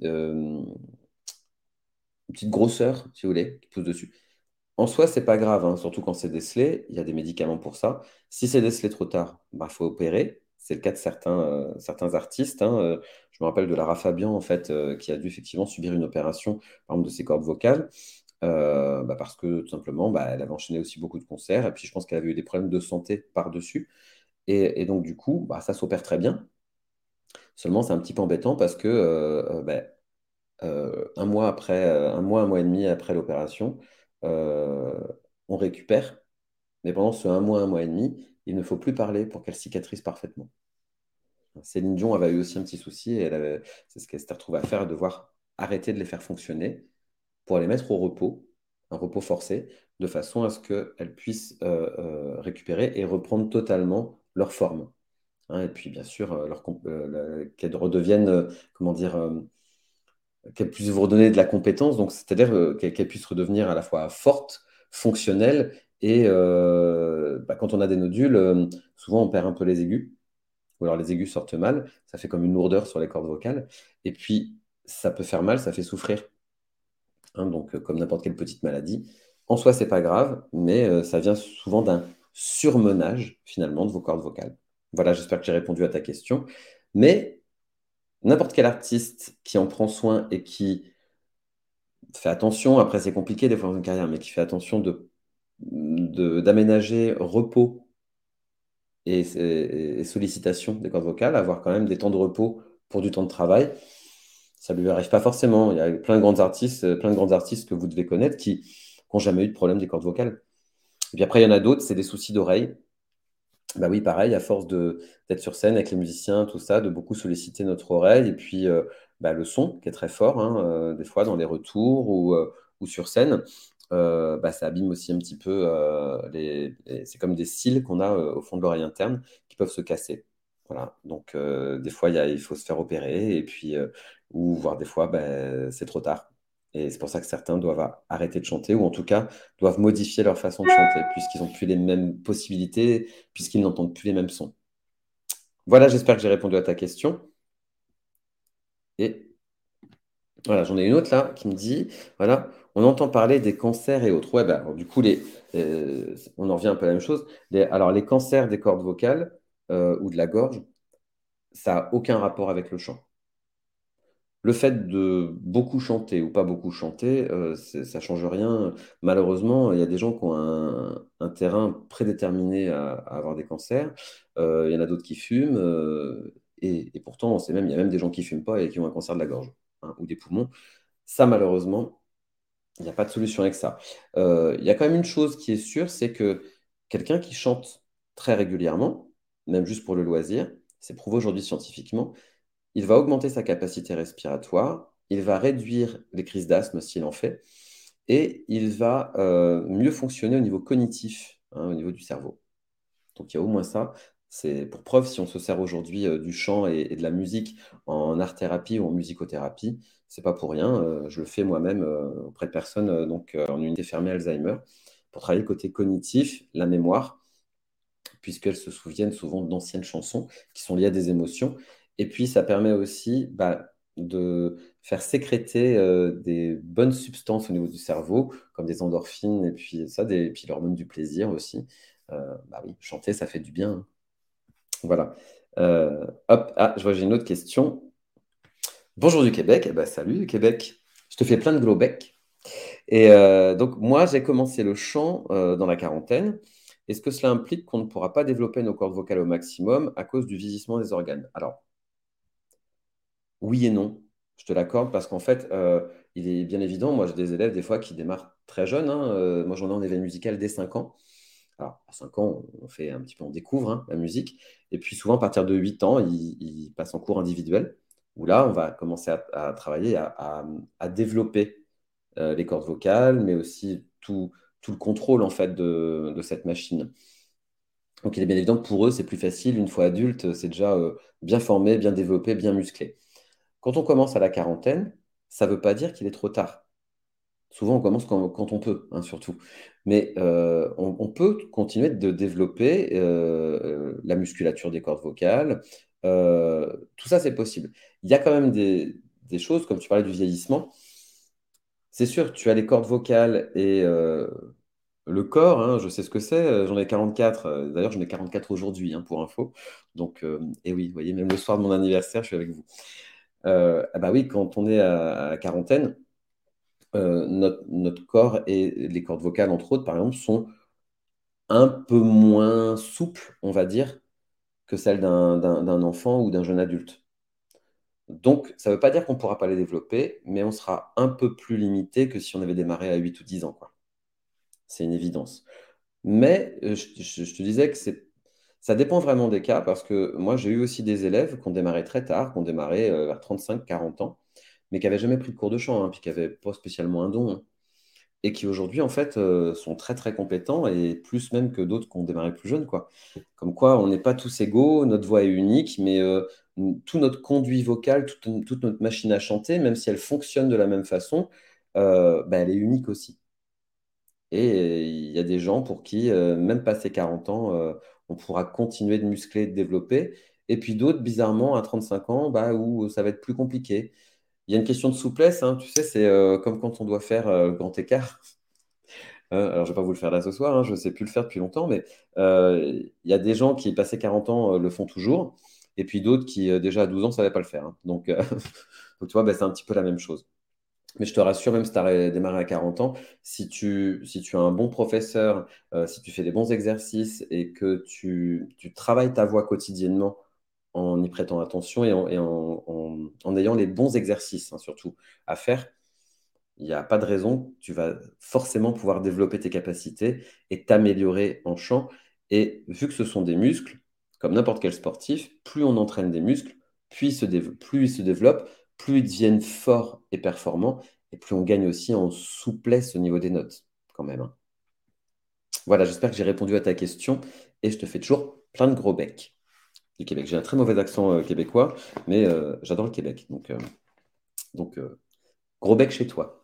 [SPEAKER 1] une petite grosseur, si vous voulez, qui pousse dessus. En soi, c'est pas grave, hein, surtout quand c'est décelé, il y a des médicaments pour ça. Si c'est décelé trop tard, bah, faut opérer. C'est le cas de certains artistes, hein. Je me rappelle de Lara Fabian, en fait, qui a dû effectivement subir une opération, par exemple, de ses cordes vocales, bah, parce que tout simplement, bah, elle avait enchaîné aussi beaucoup de concerts, et puis je pense qu'elle avait eu des problèmes de santé par-dessus. Et donc, du coup, bah, ça s'opère très bien. Seulement, c'est un petit peu embêtant parce que bah, un mois et demi après l'opération, euh, on récupère. Mais pendant ce un mois et demi, il ne faut plus parler pour qu'elle cicatrise parfaitement. Céline Dion avait eu aussi un petit souci et c'est ce qu'elle s'était retrouvée à faire, devoir arrêter de les faire fonctionner pour les mettre au repos, un repos forcé, de façon à ce qu'elles puissent récupérer et reprendre totalement leur forme. Hein, et puis, bien sûr, qu'elles redeviennent, comment dire, qu'elles puissent vous redonner de la compétence, donc c'est-à-dire qu'elles puissent redevenir à la fois fortes, fonctionnelles, et bah, quand on a des nodules, souvent on perd un peu les aigus, ou alors les aigus sortent mal, ça fait comme une lourdeur sur les cordes vocales, et puis ça peut faire mal, ça fait souffrir, hein, donc comme n'importe quelle petite maladie. En soi, c'est pas grave, mais ça vient souvent d'un surmenage finalement de vos cordes vocales. Voilà, j'espère que j'ai répondu à ta question, mais n'importe quel artiste qui en prend soin et qui fait attention, après c'est compliqué des fois dans une carrière, mais qui fait attention d'aménager repos et sollicitation des cordes vocales, avoir quand même des temps de repos pour du temps de travail. Ça lui arrive pas forcément. Il y a plein de grands artistes que vous devez connaître qui n'ont jamais eu de problème des cordes vocales. Et puis après, il y en a d'autres, c'est des soucis d'oreille. Bah oui, pareil, à force d'être sur scène avec les musiciens, tout ça, de beaucoup solliciter notre oreille, et puis bah, le son qui est très fort, hein, des fois dans les retours ou sur scène, bah, ça abîme aussi un petit peu, c'est comme des cils qu'on a au fond de l'oreille interne qui peuvent se casser. Voilà, donc des fois il faut se faire opérer, et puis, ou voire des fois bah, c'est trop tard. Et c'est pour ça que certains doivent arrêter de chanter, ou en tout cas doivent modifier leur façon de chanter, puisqu'ils n'ont plus les mêmes possibilités, puisqu'ils n'entendent plus les mêmes sons. Voilà, j'espère que j'ai répondu à ta question. Et voilà, j'en ai une autre là qui me dit, voilà, on entend parler des cancers et autres. Ouais, bah, alors, du coup, on en revient un peu à la même chose. Alors, les cancers des cordes vocales ou de la gorge, ça n'a aucun rapport avec le chant. Le fait de beaucoup chanter ou pas beaucoup chanter, ça ne change rien. Malheureusement, il y a des gens qui ont un terrain prédéterminé à avoir des cancers. Il y en a d'autres qui fument. Et pourtant, il y a même des gens qui ne fument pas et qui ont un cancer de la gorge, hein, ou des poumons. Ça, malheureusement, il n'y a pas de solution avec ça. Il y a quand même une chose qui est sûre, c'est que quelqu'un qui chante très régulièrement, même juste pour le loisir, c'est prouvé aujourd'hui scientifiquement, il va augmenter sa capacité respiratoire, il va réduire les crises d'asthme s'il en fait, et il va mieux fonctionner au niveau cognitif, hein, au niveau du cerveau. Donc il y a au moins ça. C'est pour preuve, si on se sert aujourd'hui du chant et de la musique en art-thérapie ou en musicothérapie, c'est pas pour rien. Je le fais moi-même auprès de personnes en unité fermée Alzheimer pour travailler le côté cognitif, la mémoire, puisqu'elles se souviennent souvent d'anciennes chansons qui sont liées à des émotions. Et puis, ça permet aussi de faire sécréter des bonnes substances au niveau du cerveau, comme des endorphines, et puis puis l'hormone du plaisir aussi. Bah oui, chanter, ça fait du bien, hein. Voilà. Hop, je vois, j'ai une autre question. Bonjour du Québec. Eh ben, salut du Québec. Je te fais plein de gros becs. Et donc, moi, j'ai commencé le chant dans la quarantaine. Est-ce que cela implique qu'on ne pourra pas développer nos cordes vocales au maximum à cause du vieillissement des organes? Alors, oui et non, je te l'accorde, parce qu'en fait, il est bien évident, moi j'ai des élèves des fois qui démarrent très jeunes, hein, moi j'en ai en éveil musical dès 5 ans. Alors, à 5 ans, on fait un petit peu, on découvre, hein, la musique. Et puis souvent, à partir de 8 ans, ils passent en cours individuel, où là, on va commencer à travailler, à développer les cordes vocales, mais aussi tout le contrôle en fait de cette machine. Donc il est bien évident que pour eux, c'est plus facile. Une fois adulte, c'est déjà bien formé, bien développé, bien musclé. Quand on commence à la quarantaine, ça ne veut pas dire qu'il est trop tard. Souvent, on commence quand on peut, hein, surtout. Mais on peut continuer de développer la musculature des cordes vocales. Tout ça, c'est possible. Il y a quand même des choses, comme tu parlais du vieillissement. C'est sûr, tu as les cordes vocales et le corps, hein, je sais ce que c'est. J'en ai 44. D'ailleurs, j'en ai 44 aujourd'hui, hein, pour info. Donc, et oui, vous voyez, même le soir de mon anniversaire, je suis avec vous. Ah bah oui, quand on est à la quarantaine, notre corps et les cordes vocales, entre autres, par exemple, sont un peu moins souples, on va dire, que celles d'un enfant ou d'un jeune adulte. Donc, ça ne veut pas dire qu'on ne pourra pas les développer, mais on sera un peu plus limité que si on avait démarré à 8 ou 10 ans, quoi. C'est une évidence. Mais je te disais que ça dépend vraiment des cas, parce que moi, j'ai eu aussi des élèves qui ont démarré très tard, qui ont démarré vers 35-40 ans, mais qui n'avaient jamais pris de cours de chant, hein, puis qui n'avaient pas spécialement un don, hein, et qui aujourd'hui, en fait, sont très, très compétents, et plus même que d'autres qui ont démarré plus jeunes, quoi. Comme quoi, on n'est pas tous égaux, notre voix est unique, mais tout notre conduit vocal, toute notre machine à chanter, même si elle fonctionne de la même façon, elle est unique aussi. Et il y a des gens pour qui, même passé 40 ans, on pourra continuer de muscler, de développer. Et puis d'autres, bizarrement, à 35 ans, où ça va être plus compliqué. Il y a une question de souplesse, hein, tu sais, c'est comme quand on doit faire le grand écart. Alors, je ne vais pas vous le faire là ce soir, hein, je ne sais plus le faire depuis longtemps, mais il y a des gens qui, passé 40 ans, le font toujours. Et puis d'autres qui, déjà à 12 ans, ne savaient pas le faire, hein. Donc, donc, tu vois, c'est un petit peu la même chose. Mais je te rassure, même si tu as démarré à 40 ans, si tu as un bon professeur, si tu fais des bons exercices et que tu travailles ta voix quotidiennement en y prêtant attention et en ayant les bons exercices, hein, surtout à faire, il n'y a pas de raison que tu vas forcément pouvoir développer tes capacités et t'améliorer en chant. Et vu que ce sont des muscles, comme n'importe quel sportif, plus on entraîne des muscles, plus ils se développent, plus ils deviennent forts et performants, et plus on gagne aussi en souplesse au niveau des notes, quand même, hein. Voilà, j'espère que j'ai répondu à ta question, et je te fais toujours plein de gros becs du Québec. J'ai un très mauvais accent québécois, mais j'adore le Québec. Donc, gros bec chez toi.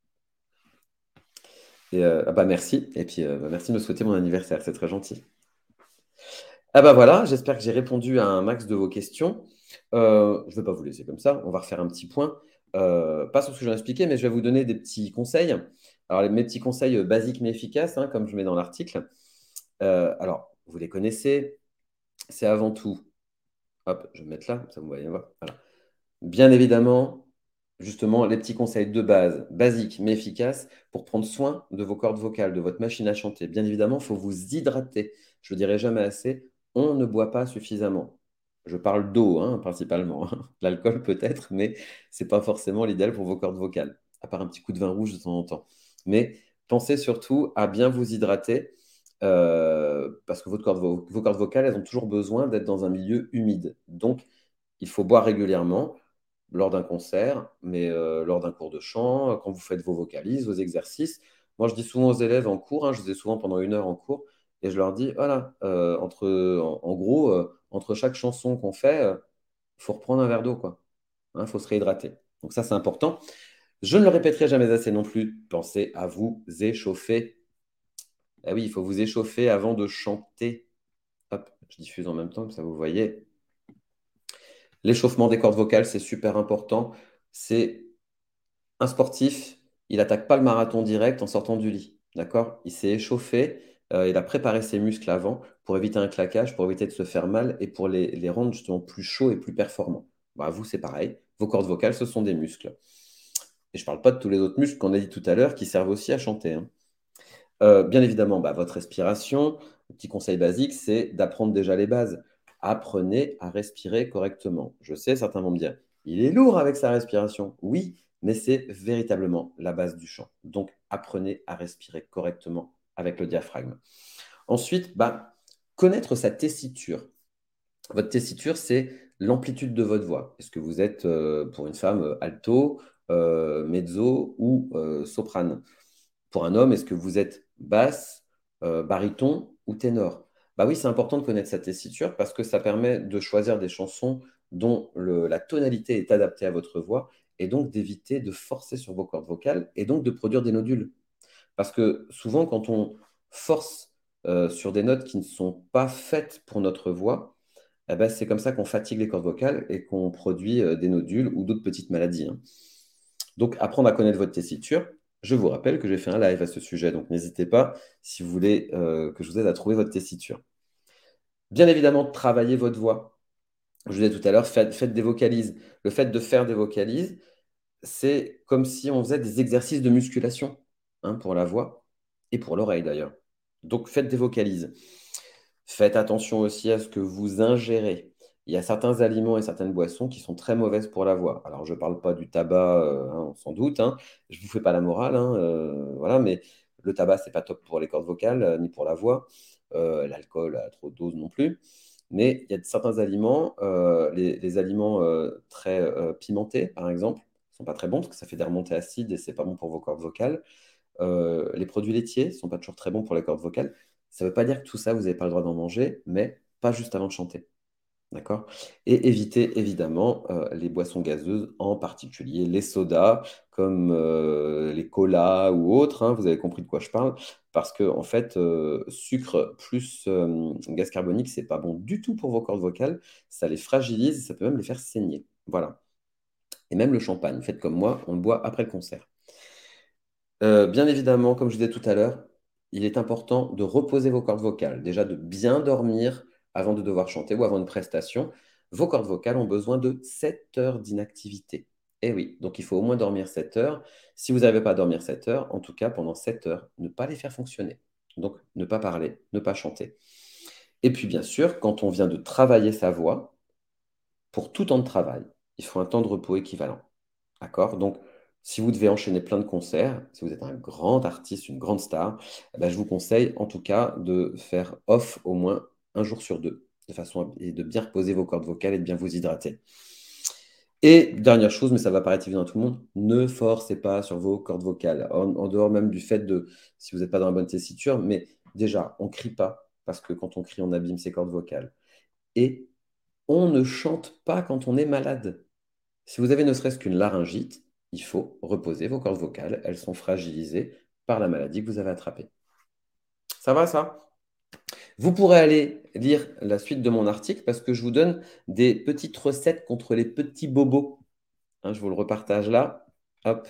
[SPEAKER 1] Et merci. Et puis merci de me souhaiter mon anniversaire, c'est très gentil. Ah bah voilà, j'espère que j'ai répondu à un max de vos questions. Je ne vais pas vous laisser comme ça, on va refaire un petit point. pas sur ce que je viens d'expliquer, mais je vais vous donner des petits conseils. Alors, mes petits conseils basiques mais efficaces, hein, comme je mets dans l'article. Alors, vous les connaissez. C'est avant tout, hop, je vais me mettre là, ça vous voyez voir. Voilà. Bien évidemment, justement, les petits conseils de base, basiques mais efficaces, pour prendre soin de vos cordes vocales, de votre machine à chanter. Bien évidemment, il faut vous hydrater. Je ne le dirai jamais assez, on ne boit pas suffisamment. Je parle d'eau, hein, principalement. L'alcool peut-être, mais ce n'est pas forcément l'idéal pour vos cordes vocales, à part un petit coup de vin rouge de temps en temps. Mais pensez surtout à bien vous hydrater, parce que vos cordes vocales, elles ont toujours besoin d'être dans un milieu humide. Donc, il faut boire régulièrement lors d'un concert, mais lors d'un cours de chant, quand vous faites vos vocalises, vos exercices. Moi, je dis souvent aux élèves en cours, hein, je les ai souvent pendant 1 heure en cours, et je leur dis, voilà, en gros, entre chaque chanson qu'on fait, il faut reprendre un verre d'eau, quoi. Il faut se réhydrater. Donc ça, c'est important. Je ne le répéterai jamais assez non plus. Pensez à vous échauffer. Ah oui, il faut vous échauffer avant de chanter. Hop, je diffuse en même temps, comme ça vous voyez. L'échauffement des cordes vocales, c'est super important. C'est un sportif, il n'attaque pas le marathon direct en sortant du lit. D'accord? Il s'est échauffé, il a préparé ses muscles avant pour éviter un claquage, pour éviter de se faire mal et pour les rendre justement plus chauds et plus performants. Bah, vous, c'est pareil. Vos cordes vocales, ce sont des muscles. Et je ne parle pas de tous les autres muscles qu'on a dit tout à l'heure qui servent aussi à chanter, hein. Bien évidemment, bah, votre respiration, le petit conseil basique, c'est d'apprendre déjà les bases. Apprenez à respirer correctement. Je sais, certains vont me dire, il est lourd avec sa respiration. Oui, mais c'est véritablement la base du chant. Donc, apprenez à respirer correctement avec le diaphragme. Ensuite, bah, connaître sa tessiture. Votre tessiture, c'est l'amplitude de votre voix. Est-ce que vous êtes, pour une femme, alto, mezzo ou soprane? Pour un homme, est-ce que vous êtes basse, baryton ou ténor? Bah oui, c'est important de connaître sa tessiture parce que ça permet de choisir des chansons dont la tonalité est adaptée à votre voix et donc d'éviter de forcer sur vos cordes vocales et donc de produire des nodules. Parce que souvent, quand on force sur des notes qui ne sont pas faites pour notre voix, eh ben, c'est comme ça qu'on fatigue les cordes vocales et qu'on produit des nodules ou d'autres petites maladies, hein. Donc, apprendre à connaître votre tessiture. Je vous rappelle que j'ai fait un live à ce sujet, donc n'hésitez pas si vous voulez que je vous aide à trouver votre tessiture. Bien évidemment, travaillez votre voix. Je vous disais tout à l'heure, faites des vocalises. Le fait de faire des vocalises, c'est comme si on faisait des exercices de musculation, hein, pour la voix et pour l'oreille d'ailleurs. Donc, faites des vocalises. Faites attention aussi à ce que vous ingérez. Il y a certains aliments et certaines boissons qui sont très mauvaises pour la voix. Alors, je ne parle pas du tabac, hein, sans doute, hein. Je ne vous fais pas la morale, hein, voilà, mais le tabac, c'est pas top pour les cordes vocales, ni pour la voix. L'alcool à trop de doses non plus. Mais il y a certains aliments, les aliments très pimentés, par exemple, ne sont pas très bons parce que ça fait des remontées acides et c'est pas bon pour vos cordes vocales. Les produits laitiers ne sont pas toujours très bons pour les cordes vocales. Ça ne veut pas dire que tout ça, vous n'avez pas le droit d'en manger, mais pas juste avant de chanter. D'accord? Et évitez évidemment les boissons gazeuses, en particulier les sodas, comme les colas ou autres, hein, vous avez compris de quoi je parle, parce que en fait, sucre plus gaz carbonique, c'est pas bon du tout pour vos cordes vocales, ça les fragilise, ça peut même les faire saigner. Voilà. Et même le champagne, faites comme moi, on le boit après le concert. Bien évidemment, comme je disais tout à l'heure, il est important de reposer vos cordes vocales. Déjà de bien dormir avant de devoir chanter ou avant une prestation. Vos cordes vocales ont besoin de 7 heures d'inactivité. Eh oui, donc il faut au moins dormir 7 heures. Si vous n'arrivez pas à dormir 7 heures, en tout cas pendant 7 heures, ne pas les faire fonctionner. Donc ne pas parler, ne pas chanter. Et puis bien sûr, quand on vient de travailler sa voix, pour tout temps de travail, il faut un temps de repos équivalent. D'accord? Donc, si vous devez enchaîner plein de concerts, si vous êtes un grand artiste, une grande star, eh ben, je vous conseille en tout cas de faire off au moins un jour sur deux, de façon et de bien reposer vos cordes vocales et de bien vous hydrater. Et dernière chose, mais ça va paraître évident à tout le monde, ne forcez pas sur vos cordes vocales. En dehors même du fait de, si vous n'êtes pas dans la bonne tessiture, mais déjà, on ne crie pas, parce que quand on crie, on abîme ses cordes vocales. Et on ne chante pas quand on est malade. Si vous avez ne serait-ce qu'une laryngite, il faut reposer vos cordes vocales. Elles sont fragilisées par la maladie que vous avez attrapée. Ça va, ça? Vous pourrez aller lire la suite de mon article parce que je vous donne des petites recettes contre les petits bobos, hein, je vous le repartage là. Hop.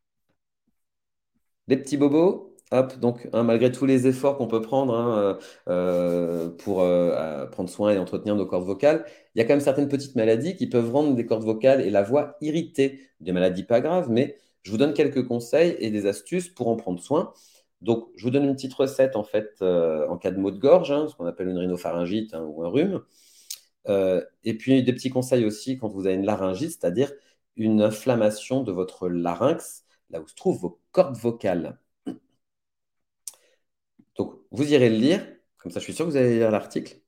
[SPEAKER 1] Les petits bobos, hop, donc hein, malgré tous les efforts qu'on peut prendre hein, pour prendre soin et entretenir nos cordes vocales, il y a quand même certaines petites maladies qui peuvent rendre des cordes vocales et la voix irritées. Des maladies pas graves, mais je vous donne quelques conseils et des astuces pour en prendre soin. Donc, je vous donne une petite recette en fait en cas de maux de gorge, hein, ce qu'on appelle une rhinopharyngite hein, ou un rhume. Et puis des petits conseils aussi quand vous avez une laryngite, c'est-à-dire une inflammation de votre larynx, là où se trouvent vos cordes vocales. Donc, vous irez le lire, comme ça je suis sûr que vous allez lire l'article.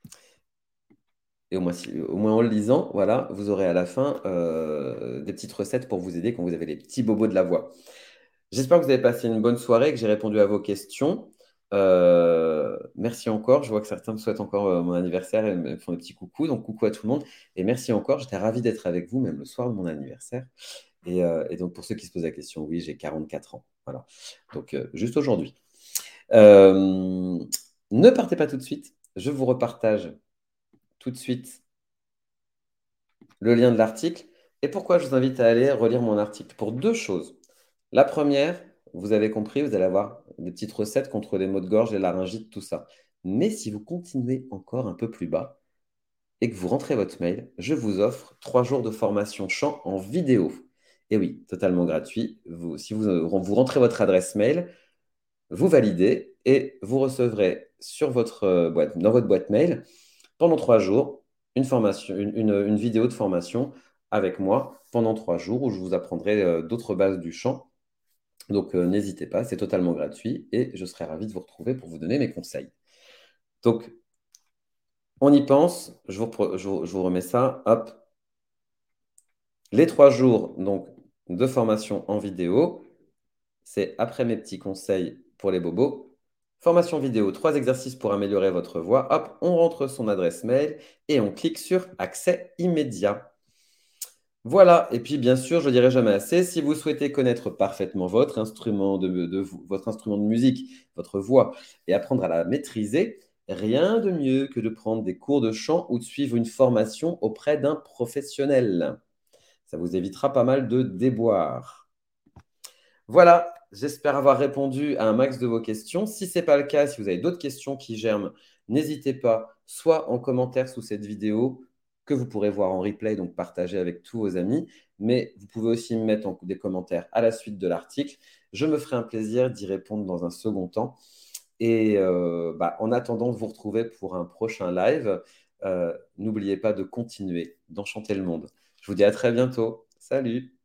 [SPEAKER 1] Et au moins, au moins en le lisant, voilà, vous aurez à la fin des petites recettes pour vous aider quand vous avez les petits bobos de la voix. J'espère que vous avez passé une bonne soirée, que j'ai répondu à vos questions. Merci encore. Je vois que certains me souhaitent encore mon anniversaire et me font des petits coucous. Donc, coucou à tout le monde. Et merci encore. J'étais ravi d'être avec vous, même le soir de mon anniversaire. Et donc, pour ceux qui se posent la question, oui, j'ai 44 ans. Voilà. Donc, juste aujourd'hui. Euh, ne partez pas tout de suite. Je vous repartage tout de suite le lien de l'article. Et pourquoi je vous invite à aller relire mon article? Pour deux choses. La première, vous avez compris, vous allez avoir des petites recettes contre les maux de gorge, les laryngites, tout ça. Mais si vous continuez encore un peu plus bas et que vous rentrez votre mail, je vous offre 3 jours de formation chant en vidéo. Et oui, totalement gratuit. Si vous rentrez votre adresse mail, vous validez et vous recevrez sur votre boîte, dans votre boîte mail pendant 3 jours une formation, une vidéo de formation avec moi pendant 3 jours où je vous apprendrai d'autres bases du chant. Donc n'hésitez pas, c'est totalement gratuit et je serai ravi de vous retrouver pour vous donner mes conseils. Donc on y pense, je vous remets ça, hop. Les 3 jours donc, de formation en vidéo, c'est après mes petits conseils pour les bobos. Formation vidéo, 3 exercices pour améliorer votre voix. Hop, on rentre son adresse mail et on clique sur accès immédiat. Voilà, et puis bien sûr, je ne dirai jamais assez, si vous souhaitez connaître parfaitement votre instrument votre instrument de musique, votre voix, et apprendre à la maîtriser, rien de mieux que de prendre des cours de chant ou de suivre une formation auprès d'un professionnel. Ça vous évitera pas mal de déboires. Voilà, j'espère avoir répondu à un max de vos questions. Si ce n'est pas le cas, si vous avez d'autres questions qui germent, n'hésitez pas, soit en commentaire sous cette vidéo, que vous pourrez voir en replay, donc partager avec tous vos amis, mais vous pouvez aussi me mettre des commentaires à la suite de l'article. Je me ferai un plaisir d'y répondre dans un second temps. Et en attendant de vous retrouver pour un prochain live, n'oubliez pas de continuer d'enchanter le monde. Je vous dis à très bientôt. Salut!